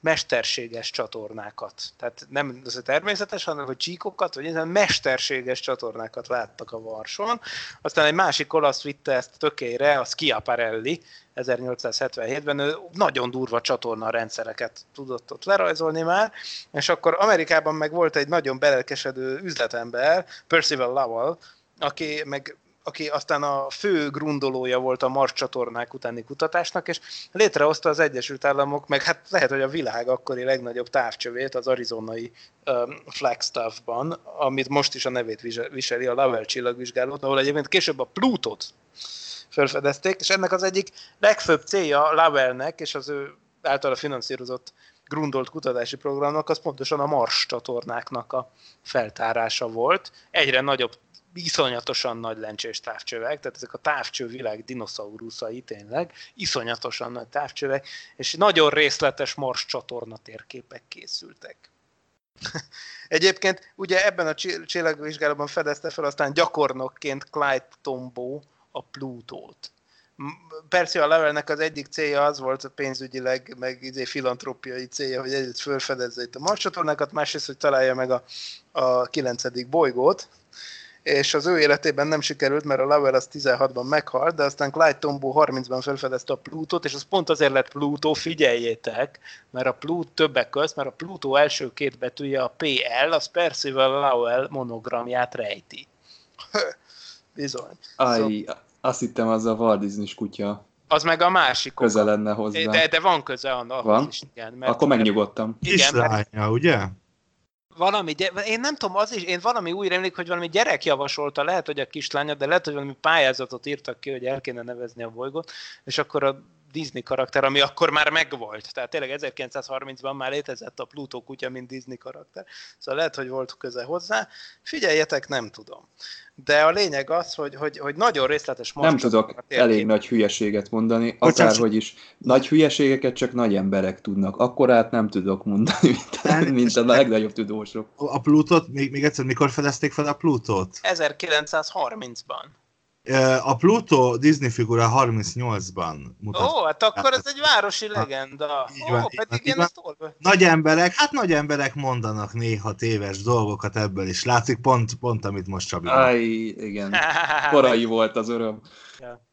mesterséges csatornákat. Tehát nem az a természetes, hanem hogy csíkokat, vagy ilyen mesterséges csatornákat láttak a Marson. Aztán egy másik olasz vitte ezt tökére, a Schiaparelli, ezernyolcszázhetvenhétben ő nagyon durva csatorna rendszereket tudott ott lerajzolni már, és akkor Amerikában meg volt egy nagyon belelkesedő üzletember, Percival Lowell, aki meg aki aztán a fő grundolója volt a Mars csatornák utáni kutatásnak, és létrehozta az Egyesült Államok, meg hát lehet, hogy a világ akkori legnagyobb távcsövét az arizonai um, Flagstaffban, amit most is a nevét viseli, a Lovell csillagvizsgálót, ahol egyébként később a Plutót felfedezték, és ennek az egyik legfőbb célja Lovellnek, és az ő általa finanszírozott grundolt kutatási programnak, az pontosan a Mars csatornáknak a feltárása volt. Egyre nagyobb, iszonyatosan nagy lencsés távcsövek, tehát ezek a távcsővilág dinoszauruszai tényleg, iszonyatosan nagy távcsövek, és nagyon részletes Mars csatorna térképek készültek. Egyébként ugye ebben a csillagvizsgálatban fedezte fel aztán gyakornokként Clyde Tombaugh a Plutót. Percival Lowellnek az egyik célja az volt pénzügyileg, meg izé filantrópiai célja, hogy egyrészt felfedezze itt a Mars csatornákat, másrészt, hogy találja meg a, a kilencedik bolygót, és az ő életében nem sikerült, mert a Lowell az tizenhatban meghalt, de aztán Clyde Tombaugh harmincban felfedezte a Plutót, és az pont azért lett Plutó, figyeljétek, mert a Plutó többek közt, mert a Plutó első két betűje a pé el, az Percival Lowell monogramját rejti. Bizony. Aj, szóval... azt hittem, az a Walt Disney-s kutya. Az meg a másik köze oka. Lenne hozzá. De, de van köze annak. Van? Is, igen, mert akkor megnyugodtam. Kislánya, mert... ugye? Valami, én nem tudom, az is, én valami úgy remlik, hogy valami gyerek javasolta, lehet, hogy a kislánya, de lehet, hogy valami pályázatot írtak ki, hogy el kéne nevezni a bolygót, és akkor a Disney karakter, ami akkor már megvolt. Tehát tényleg ezerkilencszázharmincban már létezett a Plutó kutya, mint Disney karakter. Szóval lehet, hogy volt köze hozzá. Figyeljetek, nem tudom. De a lényeg az, hogy, hogy, hogy nagyon részletes... Nem tudok elég nagy hülyeséget mondani, akárhogy is. Nagy hülyeségeket csak nagy emberek tudnak. Akkorát nem tudok mondani, mint, mint a legnagyobb tudósok. A Plutót, még, még egyszer, mikor fedezték fel a Plutót? ezerkilencszázharmincban. A Plutó Disney figura harmincnyolcban mutat. Ó, hát akkor ez egy városi legenda. Ó, van, pedig én ezt olva. Nagy emberek, hát nagy emberek mondanak néha téves dolgokat, ebből is látszik, pont, pont amit most Csabi. Aj, igen. Korai volt az öröm. Ja.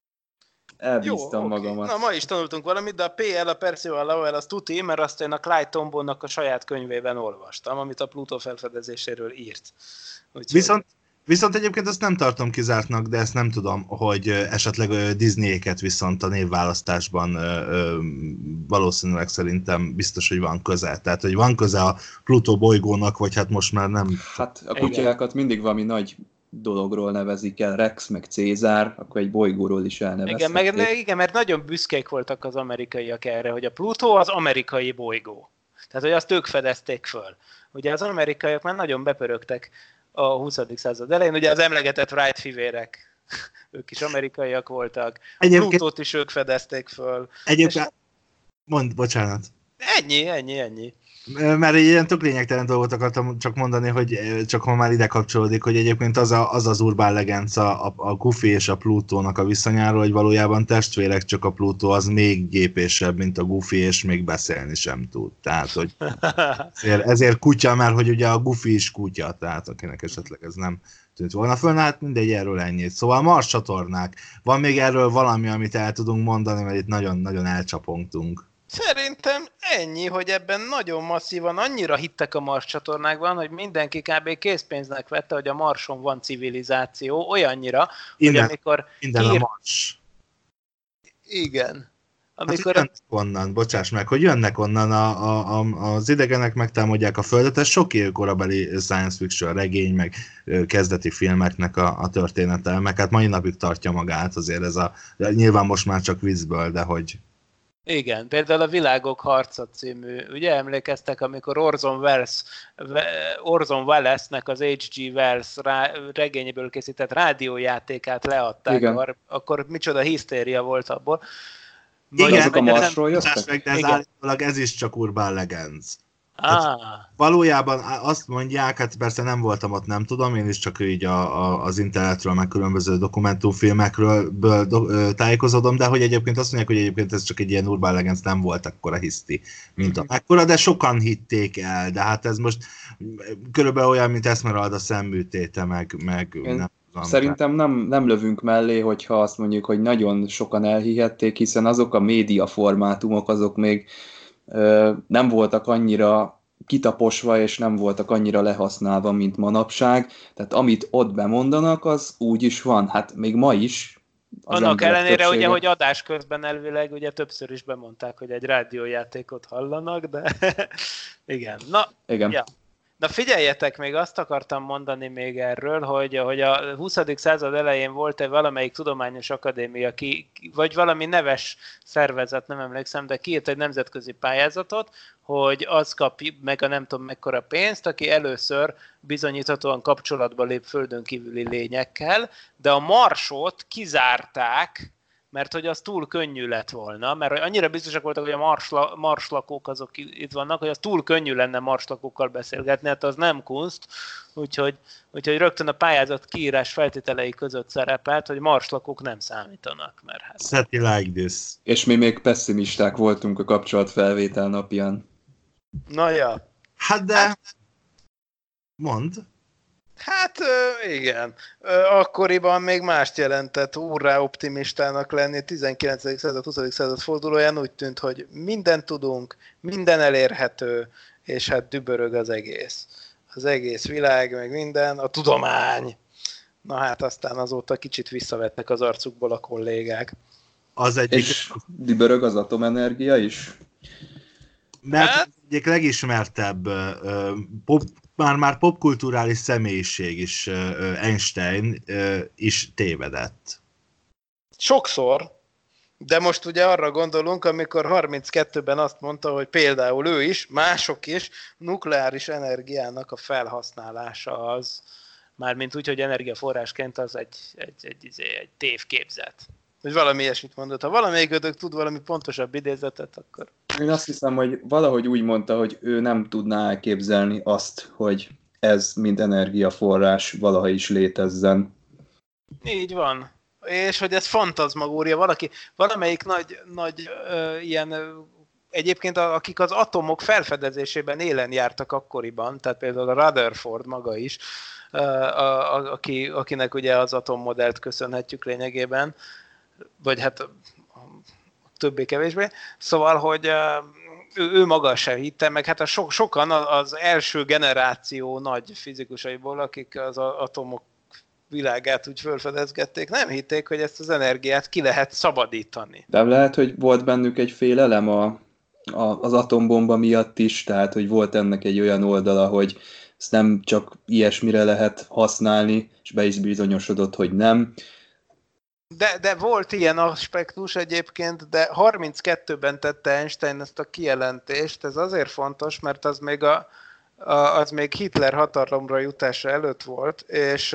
Elbíztam Jó, magamat. Okay. Na, ma is tanultunk valamit, de a pé el, a Percival Lowell, az tuti, mert azt én a Clyde Tombaughnak a saját könyvében olvastam, amit a Plutó felfedezéséről írt. Úgyhogy... Viszont Viszont egyébként azt nem tartom kizártnak, de ezt nem tudom, hogy esetleg Disney-éket viszont a névválasztásban valószínűleg szerintem biztos, hogy van köze. Tehát, hogy van köze a Plutó bolygónak, vagy hát most már nem... Hát a kutyákat mindig valami nagy dologról nevezik el, Rex, meg Cézár, akkor egy bolygóról is elnevezték. Igen, meg, igen, mert nagyon büszkék voltak az amerikaiak erre, hogy a Plutó az amerikai bolygó. Tehát, hogy azt ők fedezték föl. Ugye az amerikaiak már nagyon bepörögtek a huszadik század elején, ugye az emlegetett Wright fivérek, ők is amerikaiak voltak, egyébként... Plutót is ők fedezték föl. Egyébként, és... mondd, bocsánat. Ennyi, ennyi, ennyi. Mert egy ilyen tök lényegtelen dolgot akartam csak mondani, hogy csak ha már ide kapcsolódik, hogy egyébként az a, az, az urbán legenca a, a Goofy és a Plutónak a viszonyáról, hogy valójában testvérek, csak a Plutó az még gépésebb, mint a Goofy, és még beszélni sem tud. Tehát, hogy ezért, ezért kutya, mert hogy ugye a Goofy is kutya, tehát akinek esetleg ez nem tűnt volna föl, hát mindegy, erről ennyit. Szóval Mars csatornák. Van még erről valami, amit el tudunk mondani, mert itt nagyon-nagyon elcsapongtunk. Szerintem ennyi, hogy ebben nagyon masszívan annyira hittek a Mars csatornákban, hogy mindenki kb. Készpénznek vette, hogy a Marson van civilizáció, olyannyira, innen, hogy amikor... Innen hír... a Mars. Igen. Amikor hát, jönnek onnan, bocsáss meg, hogy jönnek onnan a, a, a, az idegenek, megtámadják a Földet, ez sok évkorabeli science fiction regény, meg kezdeti filmeknek a, a története, meg hát mai napig tartja magát azért ez a, nyilván most már csak viccből, de hogy... Igen, például a Világok harca című, ugye emlékeztek, amikor Orson Welles, Orson Welles-nek az há gé. Wells rá, regényéből készített rádiójátékát leadták, igen. Akkor micsoda hisztéria volt abból. Igen, azok a Marsról jöttek? De ez állítólag ez is csak urban legends. Ah. Valójában azt mondják, hát persze nem voltam ott, nem tudom, én is csak így a, a, az internetről, meg különböző dokumentumfilmekről ből, do, tájékozódom, de hogy egyébként azt mondják, hogy egyébként ez csak egy ilyen urban legends, nem volt akkora hiszti, mint a mekkora, de sokan hitték el, de hát ez most körülbelül olyan, mint Esmeralda szemműtéte, meg, meg nem tudom. Szerintem nem, nem lövünk mellé, hogyha azt mondjuk, hogy nagyon sokan elhihették, hiszen azok a média formátumok, azok még ö, nem voltak annyira kitaposva, és nem voltak annyira lehasználva, mint manapság. Tehát amit ott bemondanak, az úgy is van. Hát még ma is. Annak ellenére, többsége... ugye, hogy adás közben elvileg ugye többször is bemondták, hogy egy rádiójátékot hallanak, de igen. Na, igen. Ja. Na figyeljetek, még azt akartam mondani még erről, hogy, hogy a huszadik század elején volt egy valamelyik tudományos akadémia, ki, vagy valami neves szervezet, nem emlékszem, de kiírt egy nemzetközi pályázatot, hogy az kap meg a nem tudom mekkora pénzt, aki először bizonyíthatóan kapcsolatba lép földön kívüli lényekkel, de a Marsot kizárták, mert hogy az túl könnyű lett volna, mert annyira biztosak voltak, hogy a marslakók marslakók azok itt vannak, hogy az túl könnyű lenne marslakókkal beszélgetni, hát az nem kunst, úgyhogy, úgyhogy rögtön a pályázat kiírás feltételei között szerepelt, hogy marslakók nem számítanak. Mert hát... Set like this. És mi még pessimisták voltunk a kapcsolatfelvétel napján. Na ja. Hát de... Mondd. Hát igen, akkoriban még mást jelentett hurrá optimistának lenni, tizenkilencedik század, huszadik század fordulóján úgy tűnt, hogy mindent tudunk, minden elérhető, és hát dübörög az egész. Az egész világ, meg minden, a tudomány. Na hát aztán azóta kicsit visszavettek az arcukból a kollégák. Az egyik... És dübörög az atomenergia is? Mert hát? Az egyik legismertebb uh, pop már-már popkulturális személyiség is, uh, Einstein uh, is tévedett. Sokszor, de most ugye arra gondolunk, amikor harminckettőben azt mondta, hogy például ő is, mások is, nukleáris energiának a felhasználása az, mármint úgy, hogy energiaforrásként az egy, egy, egy, egy, egy tévképzet. Vagy valami ilyesmit mondott. Ha valamelyikőtök tud valami pontosabb idézetet, akkor... Én azt hiszem, hogy valahogy úgy mondta, hogy ő nem tudná elképzelni azt, hogy ez mind energiaforrás valaha is létezzen. Így van. És hogy ez fantazmagória. Valaki, valamelyik nagy, nagy ö, ilyen... Ö, egyébként akik az atomok felfedezésében élen jártak akkoriban, tehát például a Rutherford maga is, ö, a, a, aki, akinek ugye az atommodellt köszönhetjük lényegében, vagy hát többé-kevésbé. Szóval, hogy ő, ő maga sem hitte, meg hát a so, sokan az első generáció nagy fizikusaiból, akik az atomok világát úgy felfedezgették, nem hitték, hogy ezt az energiát ki lehet szabadítani. De lehet, hogy volt bennük egy félelem a, a, az atombomba miatt is, tehát, hogy volt ennek egy olyan oldala, hogy ezt nem csak ilyesmire lehet használni, és be is bizonyosodott, hogy nem. De, de volt ilyen aspektus egyébként, de harminckettőben tette Einstein ezt a kijelentést, ez azért fontos, mert az még, a, a, az még Hitler hatalomra jutása előtt volt, és,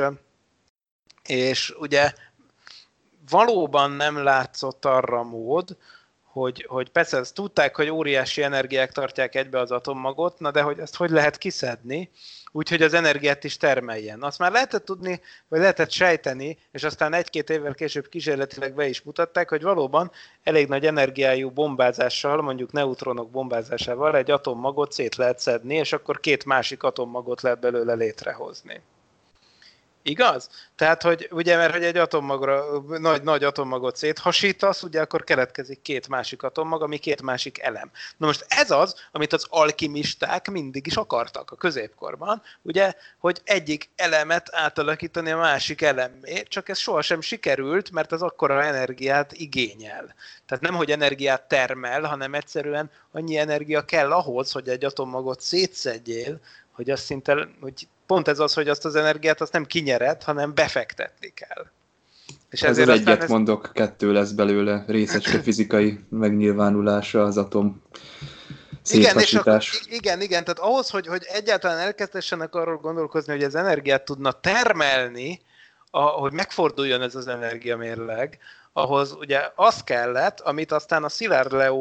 és ugye valóban nem látszott arra mód, hogy, hogy persze ezt tudták, hogy óriási energiák tartják egybe az atommagot, na de hogy ezt hogy lehet kiszedni, úgyhogy az energiát is termeljen. Azt már lehetett tudni, vagy lehetett sejteni, és aztán egy-két évvel később kísérletileg be is mutatták, hogy valóban elég nagy energiájú bombázással, mondjuk neutronok bombázásával egy atommagot szét lehet szedni, és akkor két másik atommagot lehet belőle létrehozni. Igaz? Tehát, hogy ugye, mert hogy egy atommagra, nagy, nagy atommagot széthasítasz, ugye akkor keletkezik két másik atommag, ami két másik elem. Na most ez az, amit az alkimisták mindig is akartak a középkorban, ugye, hogy egyik elemet átalakítani a másik elemmé, csak ez sohasem sikerült, mert az akkora energiát igényel. Tehát nem, hogy energiát termel, hanem egyszerűen annyi energia kell ahhoz, hogy egy atommagot szétszedjél, hogy azt szinte, hogy pont ez az, hogy azt az energiát azt nem kinyered, hanem befektetni kell. És ezért az egyet ez... mondok, kettő lesz belőle, részecske fizikai megnyilvánulása az atom széthasítás. Igen, és igen, igen, tehát ahhoz, hogy, hogy egyáltalán elkezdessenek arról gondolkozni, hogy az energiát tudna termelni, a, hogy megforduljon ez az energiamérleg, ahhoz ugye az kellett, amit aztán a Szilárd Leó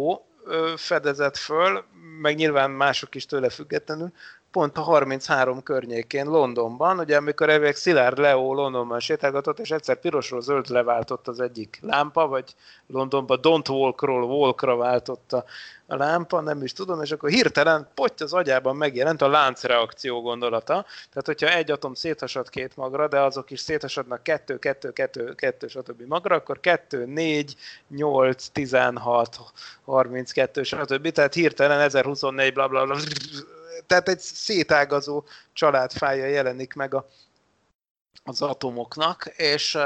fedezett föl, meg nyilván mások is tőle függetlenül, pont a harminchárom környékén Londonban, ugye amikor elvég Szilárd Leo Londonban sétálgatott, és egyszer pirosról zöld leváltott az egyik lámpa, vagy Londonban Don't Walkról Walkra váltotta a lámpa, nem is tudom, és akkor hirtelen potty az agyában megjelent a láncreakció gondolata. Tehát, hogyha egy atom széthasad két magra, de azok is széthasadnak kettő, kettő, kettő, kettő, stb. Magra, akkor kettő, négy, nyolc, tizenhat, harminckettő, stb. Tehát hirtelen ezerhuszonnégy, bla bla bla. Tehát egy szétágazó családfája jelenik meg a, az atomoknak, és uh,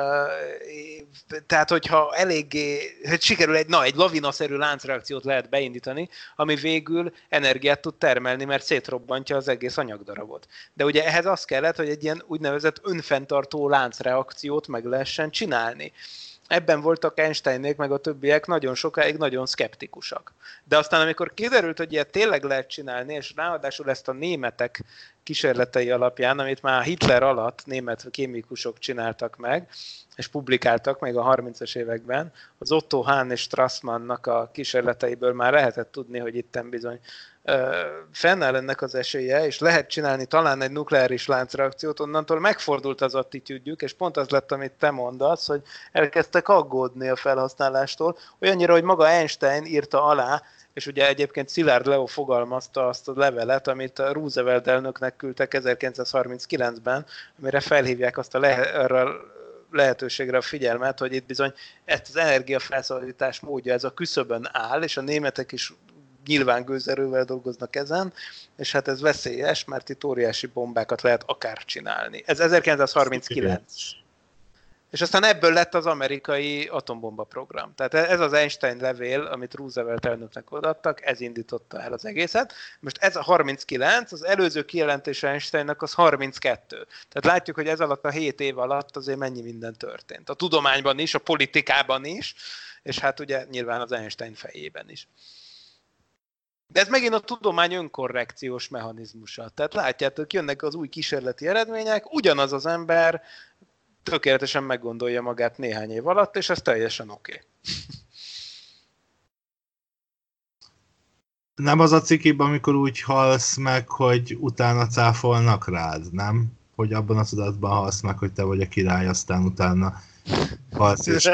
tehát, hogyha eléggé, hogy sikerül egy, na, egy lavinaszerű láncreakciót lehet beindítani, ami végül energiát tud termelni, mert szétrobbantja az egész anyagdarabot. De ugye ehhez az kellett, hogy egy ilyen úgynevezett önfenntartó láncreakciót meg lehessen csinálni. Ebben voltak Einsteinék, meg a többiek nagyon sokáig nagyon szkeptikusak. De aztán, amikor kiderült, hogy ilyet tényleg lehet csinálni, és ráadásul ezt a németek kísérletei alapján, amit már Hitler alatt német kémikusok csináltak meg, és publikáltak még a harmincas években, az Otto Hahn és Strassmannnak a kísérleteiből már lehetett tudni, hogy itten bizony uh, fennáll ennek az esélye, és lehet csinálni talán egy nukleáris láncreakciót, onnantól megfordult az attitűdjük, és pont az lett, amit te mondasz, hogy elkezdtek aggódni a felhasználástól, olyannyira, hogy maga Einstein írta alá, és ugye egyébként Szilárd Leo fogalmazta azt a levelet, amit a Roosevelt elnöknek küldtek ezerkilencszázharminckilencben, amire felhívják azt a le- lehetőségre a figyelmet, hogy itt bizony ezt az energiafelszabadítás módja, ez a küszöbön áll, és a németek is nyilván gőzerővel dolgoznak ezen, és hát ez veszélyes, mert itt óriási bombákat lehet akár csinálni. Ez ezerkilencszázharminckilenc. És aztán ebből lett az amerikai atombomba program. Tehát ez az Einstein levél, amit Roosevelt elnöknek odaadtak, ez indította el az egészet. Most ez a harminckilenc, az előző kijelentés Einsteinnak az harminckettő. Tehát látjuk, hogy ez alatt a hét év alatt azért mennyi minden történt. A tudományban is, a politikában is, és hát ugye nyilván az Einstein fejében is. De ez megint a tudomány önkorrekciós mechanizmusa. Tehát látjátok, jönnek az új kísérleti eredmények, ugyanaz az ember tökéletesen meggondolja magát néhány év alatt, és ez teljesen oké. Okay. Nem az a cikiben, amikor úgy halsz meg, hogy utána cáfolnak rád, nem? Hogy abban a tudatban halsz meg, hogy te vagy a király, aztán utána halsz, és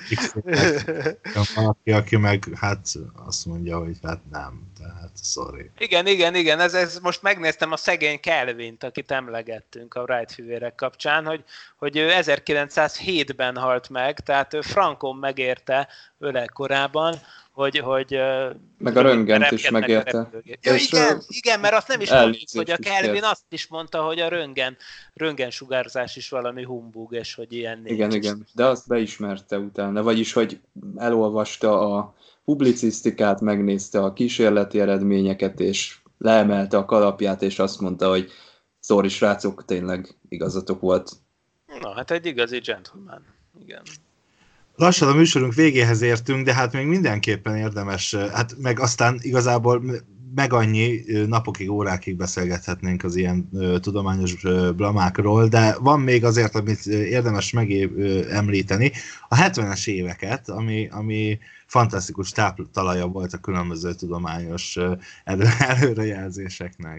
valaki, aki meg hát azt mondja, hogy hát nem, tehát sorry. Igen, igen, igen, ez, ez most megnéztem a szegény Kelvint, akit emlegettünk a Wright-fivérek kapcsán, hogy, hogy ő ezerkilencszázhétben halt meg, tehát ő frankon megérte öregkorában, hogy, hogy meg a röntgent is megérte. Ja, igen, igen, mert azt nem is mondjuk, hogy a Kelvin azt is mondta, hogy a röntgen, röntgensugárzás is valami humbug, és hogy ilyen nincs. Igen, igen, de azt beismerte utána, vagyis, hogy elolvasta a publicisztikát, megnézte a kísérleti eredményeket, és leemelte a kalapját, és azt mondta, hogy sorry, srácok, tényleg igazatok volt. Na, hát egy igazi gentleman, igen. Lassan a műsorunk végéhez értünk, de hát még mindenképpen érdemes, hát meg aztán igazából meg annyi napokig, órákig beszélgethetnénk az ilyen ö, tudományos ö, blamákról, de van még azért, amit érdemes megemlíteni, a hetvenes éveket, ami, ami fantasztikus táptalaja volt a különböző tudományos elő, előrejelzéseknek.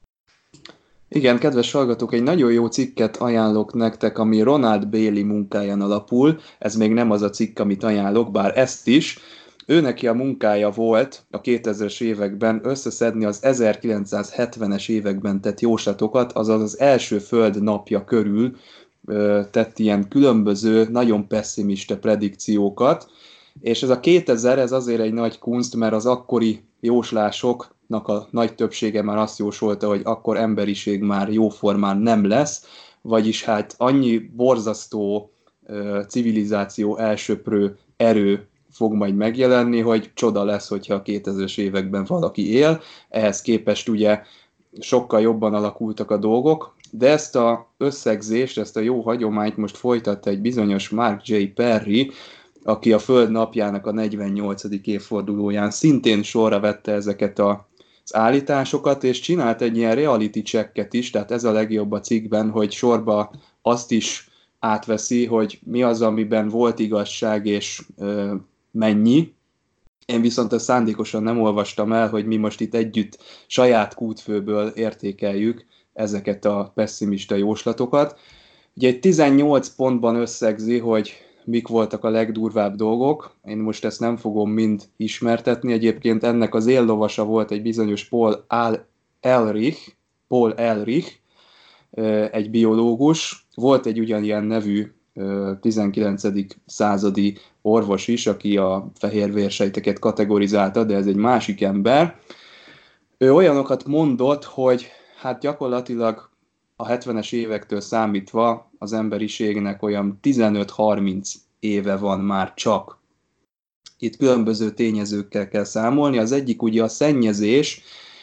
Igen, kedves hallgatók, egy nagyon jó cikket ajánlok nektek, ami Ronald Bailey munkáján alapul. Ez még nem az a cikk, amit ajánlok, bár ezt is. Ő neki a munkája volt a kétezres években összeszedni az ezerkilencszázhetvenes években tett jóslatokat, azaz az első föld napja körül ö, tett ilyen különböző, nagyon pesszimista predikciókat. És ez a kétezer, ez azért egy nagy kunst, mert az akkori jóslásoknak a nagy többsége már azt jósolta, hogy akkor emberiség már jóformán nem lesz, vagyis hát annyi borzasztó uh, civilizáció elsöprő erő fog majd megjelenni, hogy csoda lesz, hogyha a kétezres években valaki él. Ehhez képest ugye sokkal jobban alakultak a dolgok, de ezt az összegzést, ezt a jó hagyományt most folytatta egy bizonyos Mark J. Perry, aki a Föld napjának a negyvennyolcadik évfordulóján szintén sorra vette ezeket az állításokat, és csinált egy ilyen reality checket is, tehát ez a legjobb a cikkben, hogy sorba azt is átveszi, hogy mi az, amiben volt igazság, és ö, mennyi, Én viszont ezt szándékosan nem olvastam el, hogy mi most itt együtt saját kútfőből értékeljük ezeket a pessimista jóslatokat. Ugye egy tizennyolc pontban összegzi, hogy mik voltak a legdurvább dolgok. Én most ezt nem fogom mind ismertetni. Egyébként ennek az éllovasa volt egy bizonyos Paul Ehrlich, Paul Ehrlich, egy biológus. Volt egy ugyanilyen nevű tizenkilencedik századi orvos is, aki a fehérvérsejteket kategorizálta, de ez egy másik ember. Ő olyanokat mondott, hogy hát gyakorlatilag a hetvenes évektől számítva az emberiségnek olyan tizenöt-harminc éve van már csak. Itt különböző tényezőkkel kell számolni. Az egyik ugye a szennyezés,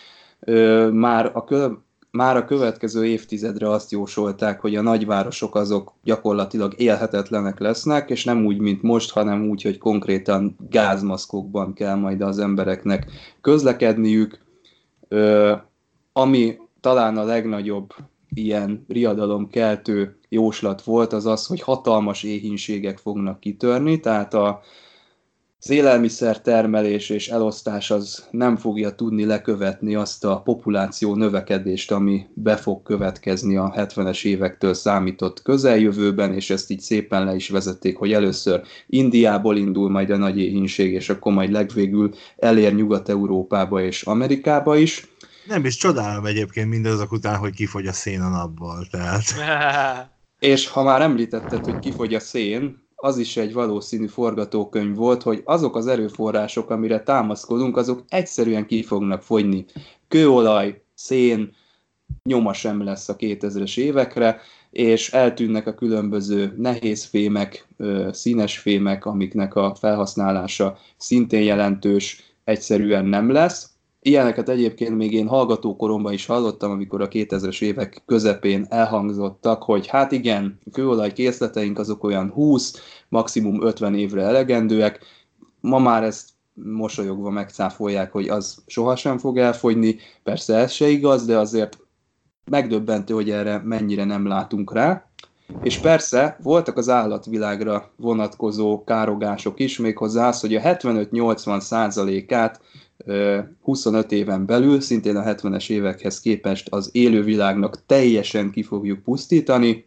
már a kö- Már a következő évtizedre azt jósolták, hogy a nagyvárosok azok gyakorlatilag élhetetlenek lesznek, és nem úgy, mint most, hanem úgy, hogy konkrétan gázmaszkokban kell majd az embereknek közlekedniük. Ö, ami talán a legnagyobb ilyen riadalomkeltő jóslat volt, az az, hogy hatalmas éhínségek fognak kitörni, tehát a Az élelmiszertermelés és elosztás az nem fogja tudni lekövetni azt a populáció növekedést, ami be fog következni a hetvenes évektől számított közeljövőben, és ezt így szépen le is vezették, hogy először Indiából indul majd a nagy éhínség, és akkor majd legvégül elér Nyugat-Európába és Amerikába is. Nem is csodálom egyébként mindazok után, hogy kifogy a szén a napból. Tehát. És ha már említetted, hogy kifogy a szén, az is egy valószínű forgatókönyv volt, hogy azok az erőforrások, amire támaszkodunk, azok egyszerűen ki fognak fogyni. Kőolaj, szén, nyoma sem lesz a kétezres évekre, és eltűnnek a különböző nehézfémek, színes fémek, amiknek a felhasználása szintén jelentős, egyszerűen nem lesz. Ilyeneket egyébként még én hallgatókoromban is hallottam, amikor a kétezres évek közepén elhangzottak, hogy hát igen, a kőolaj készleteink azok olyan húsz, maximum ötven évre elegendőek. Ma már ezt mosolyogva megcáfolják, hogy az sohasem fog elfogyni. Persze ez se igaz, de azért megdöbbentő, hogy erre mennyire nem látunk rá. És persze voltak az állatvilágra vonatkozó károgások is, méghozzá az, hogy a hetvenöt-nyolcvan százalékát huszonöt éven belül, szintén a hetvenes évekhez képest az élővilágnak teljesen ki fogjuk pusztítani,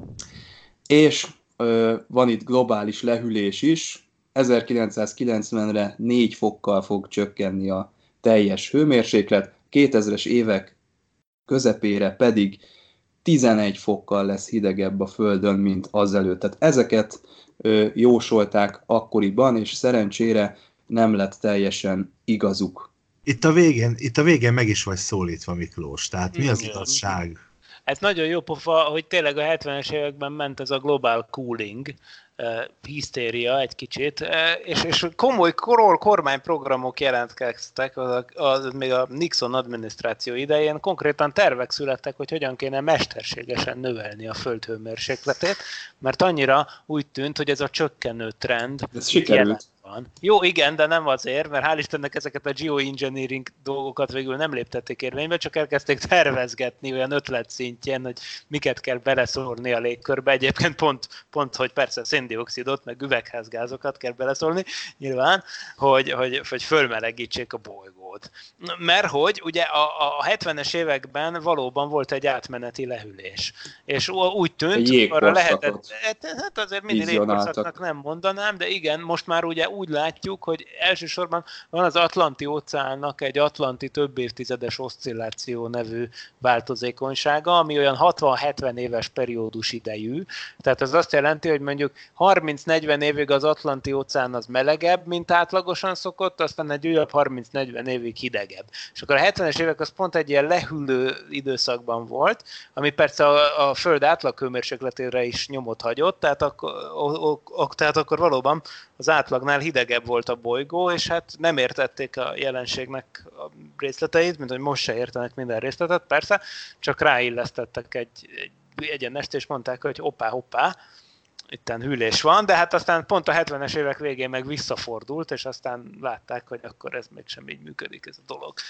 és ö, van itt globális lehűlés is, ezerkilencszázkilencvenre négy fokkal fog csökkenni a teljes hőmérséklet, kétezres évek közepére pedig tizenegy fokkal lesz hidegebb a Földön, mint azelőtt. Tehát ezeket ö, jósolták akkoriban, és szerencsére nem lett teljesen igazuk. Itt a végén, itt a végén meg is vagy szólítva, Miklós, tehát mi az igazság? Ez nagyon jó pofa, hogy tényleg a hetvenes években ment ez a global cooling, uh, hisztéria egy kicsit, uh, és, és komoly kor- kormányprogramok jelentkeztek, az, az, még a Nixon adminisztráció idején konkrétan tervek születtek, hogy hogyan kéne mesterségesen növelni a föld hőmérsékletét, mert annyira úgy tűnt, hogy ez a csökkenő trend ez sikerült. Van. Jó, igen, de nem azért, mert hál' Istennek ezeket a geoengineering dolgokat végül nem léptették érvénybe, csak elkezdték tervezgetni olyan ötlet szintjén, hogy miket kell beleszórni a légkörbe. Egyébként pont, pont hogy persze széndioxidot, meg üvegházgázokat kell beleszólni, nyilván, hogy, hogy, hogy fölmelegítsék a bolygót. Mert hogy ugye a, a hetvenes években valóban volt egy átmeneti lehűlés. És úgy tűnt, arra lehetett, hát azért mindig jégkorszaknak nem mondanám, de igen, most már ugye úgy látjuk, hogy elsősorban van az Atlanti-óceánnak egy atlanti több évtizedes oszcilláció nevű változékonysága, ami olyan hatvan-hetven éves periódus idejű. Tehát ez azt jelenti, hogy mondjuk harminc-negyven évig az Atlanti-óceán az melegebb, mint átlagosan szokott, aztán egy újabb harminc-negyven évig hidegebb. És akkor a hetvenes évek az pont egy ilyen lehűlő időszakban volt, ami persze a, a Föld átlaghőmérsékletére is nyomot hagyott, tehát akkor, o, o, tehát akkor valóban az átlagnál hidegebb volt a bolygó, és hát nem értették a jelenségnek a részleteit, mint hogy most se értenek minden részletet, persze, csak ráillesztettek egy, egy egyenest, és mondták, hogy hoppá, hoppá, itten hűlés van, de hát aztán pont a hetvenes évek végén meg visszafordult, és aztán látták, hogy akkor ez mégsem így működik ez a dolog.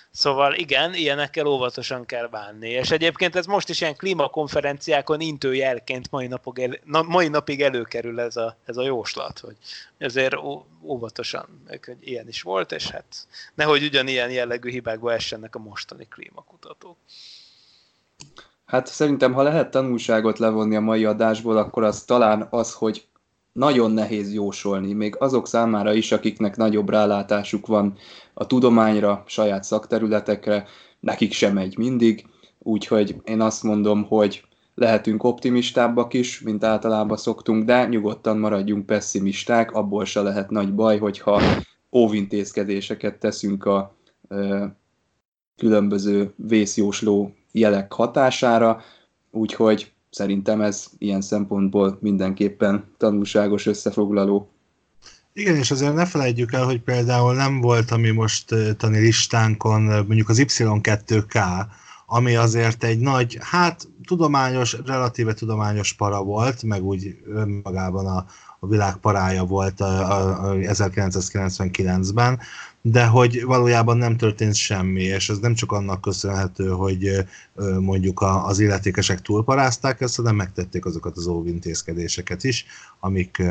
Szóval igen, ilyenekkel óvatosan kell bánni. És egyébként ez most is ilyen klímakonferenciákon intőjelként mai, napig, el, na, mai napig előkerül ez a, ez a jóslat, hogy ezért óvatosan, hogy ilyen is volt, és hát nehogy ugyanilyen jellegű hibákba essenek a mostani klímakutatók. Hát szerintem, ha lehet tanulságot levonni a mai adásból, akkor az talán az, hogy nagyon nehéz jósolni, még azok számára is, akiknek nagyobb rálátásuk van a tudományra, saját szakterületekre, nekik sem megy mindig, úgyhogy én azt mondom, hogy lehetünk optimistábbak is, mint általában szoktunk, de nyugodtan maradjunk pessimisták, abból se lehet nagy baj, hogyha óvintézkedéseket teszünk a ö, különböző vészjósló jelek hatására, úgyhogy szerintem ez ilyen szempontból mindenképpen tanulságos összefoglaló. Igen, és azért ne felejtjük el, hogy például nem volt, ami most tani listánkon, mondjuk az Y kettő K, ami azért egy nagy, hát tudományos, relatíve tudományos para volt, meg úgy önmagában a, a világ parája volt a, a, a ezerkilencszázkilencvenkilencben, de hogy valójában nem történt semmi, és ez nem csak annak köszönhető, hogy mondjuk az illetékesek túlparázták ezt, hanem megtették azokat az óvintézkedéseket is, amik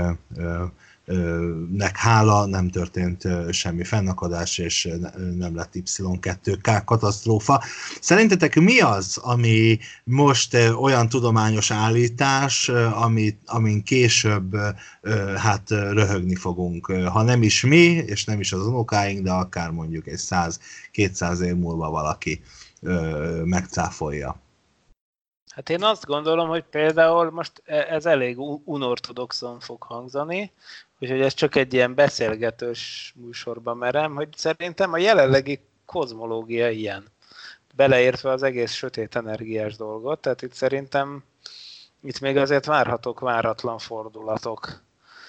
nek hála nem történt semmi fennakadás, és nem lett Y kettő K katasztrófa. Szerintetek mi az, ami most olyan tudományos állítás, ami, amin később hát röhögni fogunk? Ha nem is mi, és nem is az unokáink, de akár mondjuk egy száz-kétszáz év múlva valaki megcáfolja. Hát én azt gondolom, hogy például most ez elég unortodoxon fog hangzani, úgyhogy ez csak egy ilyen beszélgetős műsorban merem, hogy szerintem a jelenlegi kozmológia ilyen. Beleértve az egész sötét energiás dolgot, tehát itt szerintem itt még azért várhatók váratlan fordulatok.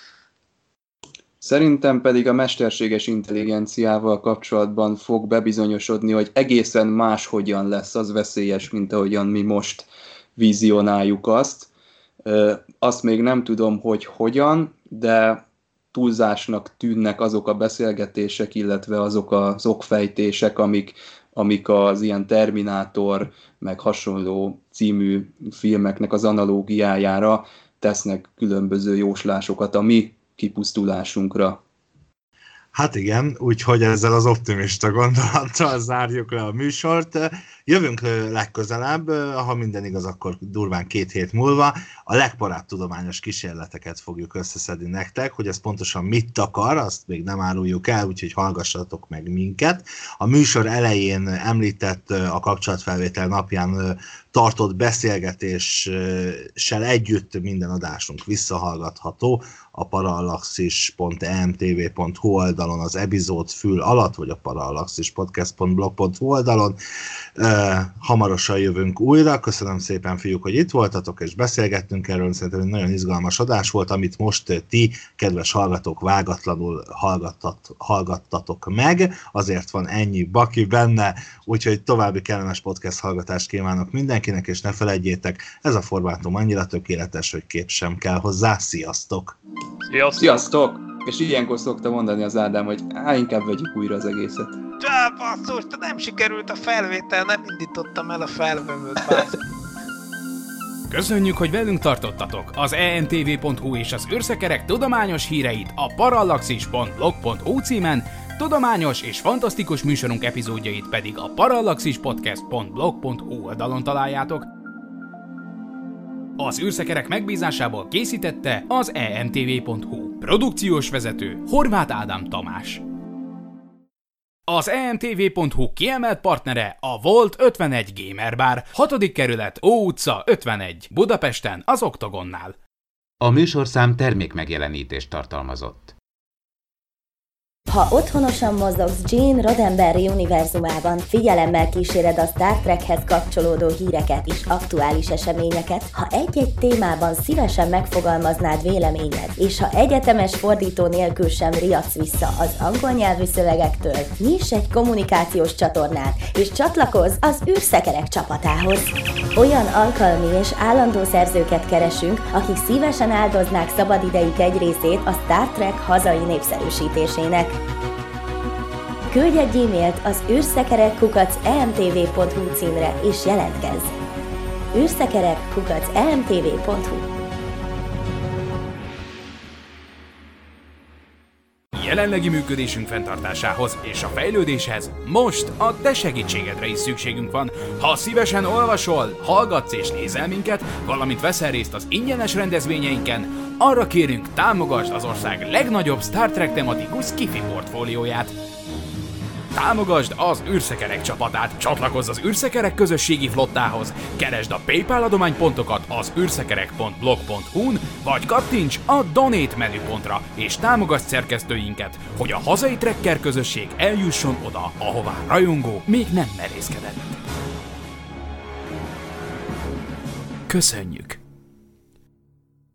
Szerintem pedig a mesterséges intelligenciával kapcsolatban fog bebizonyosodni, hogy egészen máshogyan lesz az veszélyes, mint ahogyan mi most vizionáljuk azt. Azt még nem tudom, hogy hogyan, de túlzásnak tűnnek azok a beszélgetések, illetve azok az okfejtések, amik, amik az ilyen Terminátor, meg hasonló című filmeknek az analógiájára tesznek különböző jóslásokat a mi kipusztulásunkra. Hát igen, úgyhogy ezzel az optimista gondolattal zárjuk le a műsort. Jövünk legközelebb, ha minden igaz, akkor durván két hét múlva. A legparább tudományos kísérleteket fogjuk összeszedni nektek, hogy ez pontosan mit akar, azt még nem áruljuk el, úgyhogy hallgassatok meg minket. A műsor elején említett a kapcsolatfelvétel napján tartott beszélgetéssel együtt minden adásunk visszahallgatható a parallaxis pont e m t v pont h u oldalon, az epizód fül alatt, vagy a parallaxis podcast pont blog pont h u oldalon. Hamarosan jövünk újra. Köszönöm szépen, fiúk, hogy itt voltatok, és beszélgettünk erről. Szerintem egy nagyon izgalmas adás volt, amit most ti, kedves hallgatók, vágatlanul hallgattat, hallgattatok meg. Azért van ennyi baki benne, úgyhogy további kellemes podcast hallgatást kívánok mindenkinek, és ne felejtjétek, ez a formátum annyira tökéletes, hogy kép sem kell hozzá. Sziasztok! Sziasztok! Sziasztok! És ilyenkor szokta mondani az Ádám, hogy á, inkább vegyük újra az egészet. Csá, basszus, nem sikerült a felvétel, nem indítottam el a felvevőt, basszus. Köszönjük, hogy velünk tartottatok! Az e m t v pont h u és az űrszekerek tudományos híreit a parallaxis pont blog pont h u címen, tudományos és fantasztikus műsorunk epizódjait pedig a parallaxis podcast pont blog pont h u oldalon találjátok. Az űrszekerek megbízásából készítette az e m t v pont h u. Produkciós vezető Horváth Ádám Tamás. Az e m t v pont h u kiemelt partnere a Volt ötvenegy Gamer Bar, hatodik kerület, Ó utca ötvenegy, Budapesten, az Oktogonnál. A műsorszám termékmegjelenítést tartalmazott. Ha otthonosan mozogsz Gene Roddenberry univerzumában, figyelemmel kíséred a Star Trekhez kapcsolódó híreket és aktuális eseményeket, ha egy-egy témában szívesen megfogalmaznád véleményed, és ha egyetemes fordító nélkül sem riadsz vissza az angol nyelvű szövegektől, nyiss egy kommunikációs csatornát, és csatlakozz az űrszekerek csapatához. Olyan alkalmi és állandó szerzőket keresünk, akik szívesen áldoznák szabadidejük egy részét a Star Trek hazai népszerűsítésének. Küldj egy e-mailt az űrszekerek kukac e m t v pont h u címre és jelentkezz! űrszekerek kukac e m t v pont h u Jelenlegi működésünk fenntartásához és a fejlődéshez most a te segítségedre is szükségünk van. Ha szívesen olvasol, hallgatsz és nézel minket, valamint veszel részt az ingyenes rendezvényeinken, arra kérünk, támogasd az ország legnagyobb Star Trek tematikus sci-fi portfólióját. Támogasd az űrszekerek csapatát, csatlakozz az űrszekerek közösségi flottához, keresd a PayPal adománypontokat az űrszekerek pont blog pont h u-n, vagy kattints a Donate menüpontra, és támogasd szerkesztőinket, hogy a hazai trekker közösség eljusson oda, ahová rajongó még nem merészkedett. Köszönjük!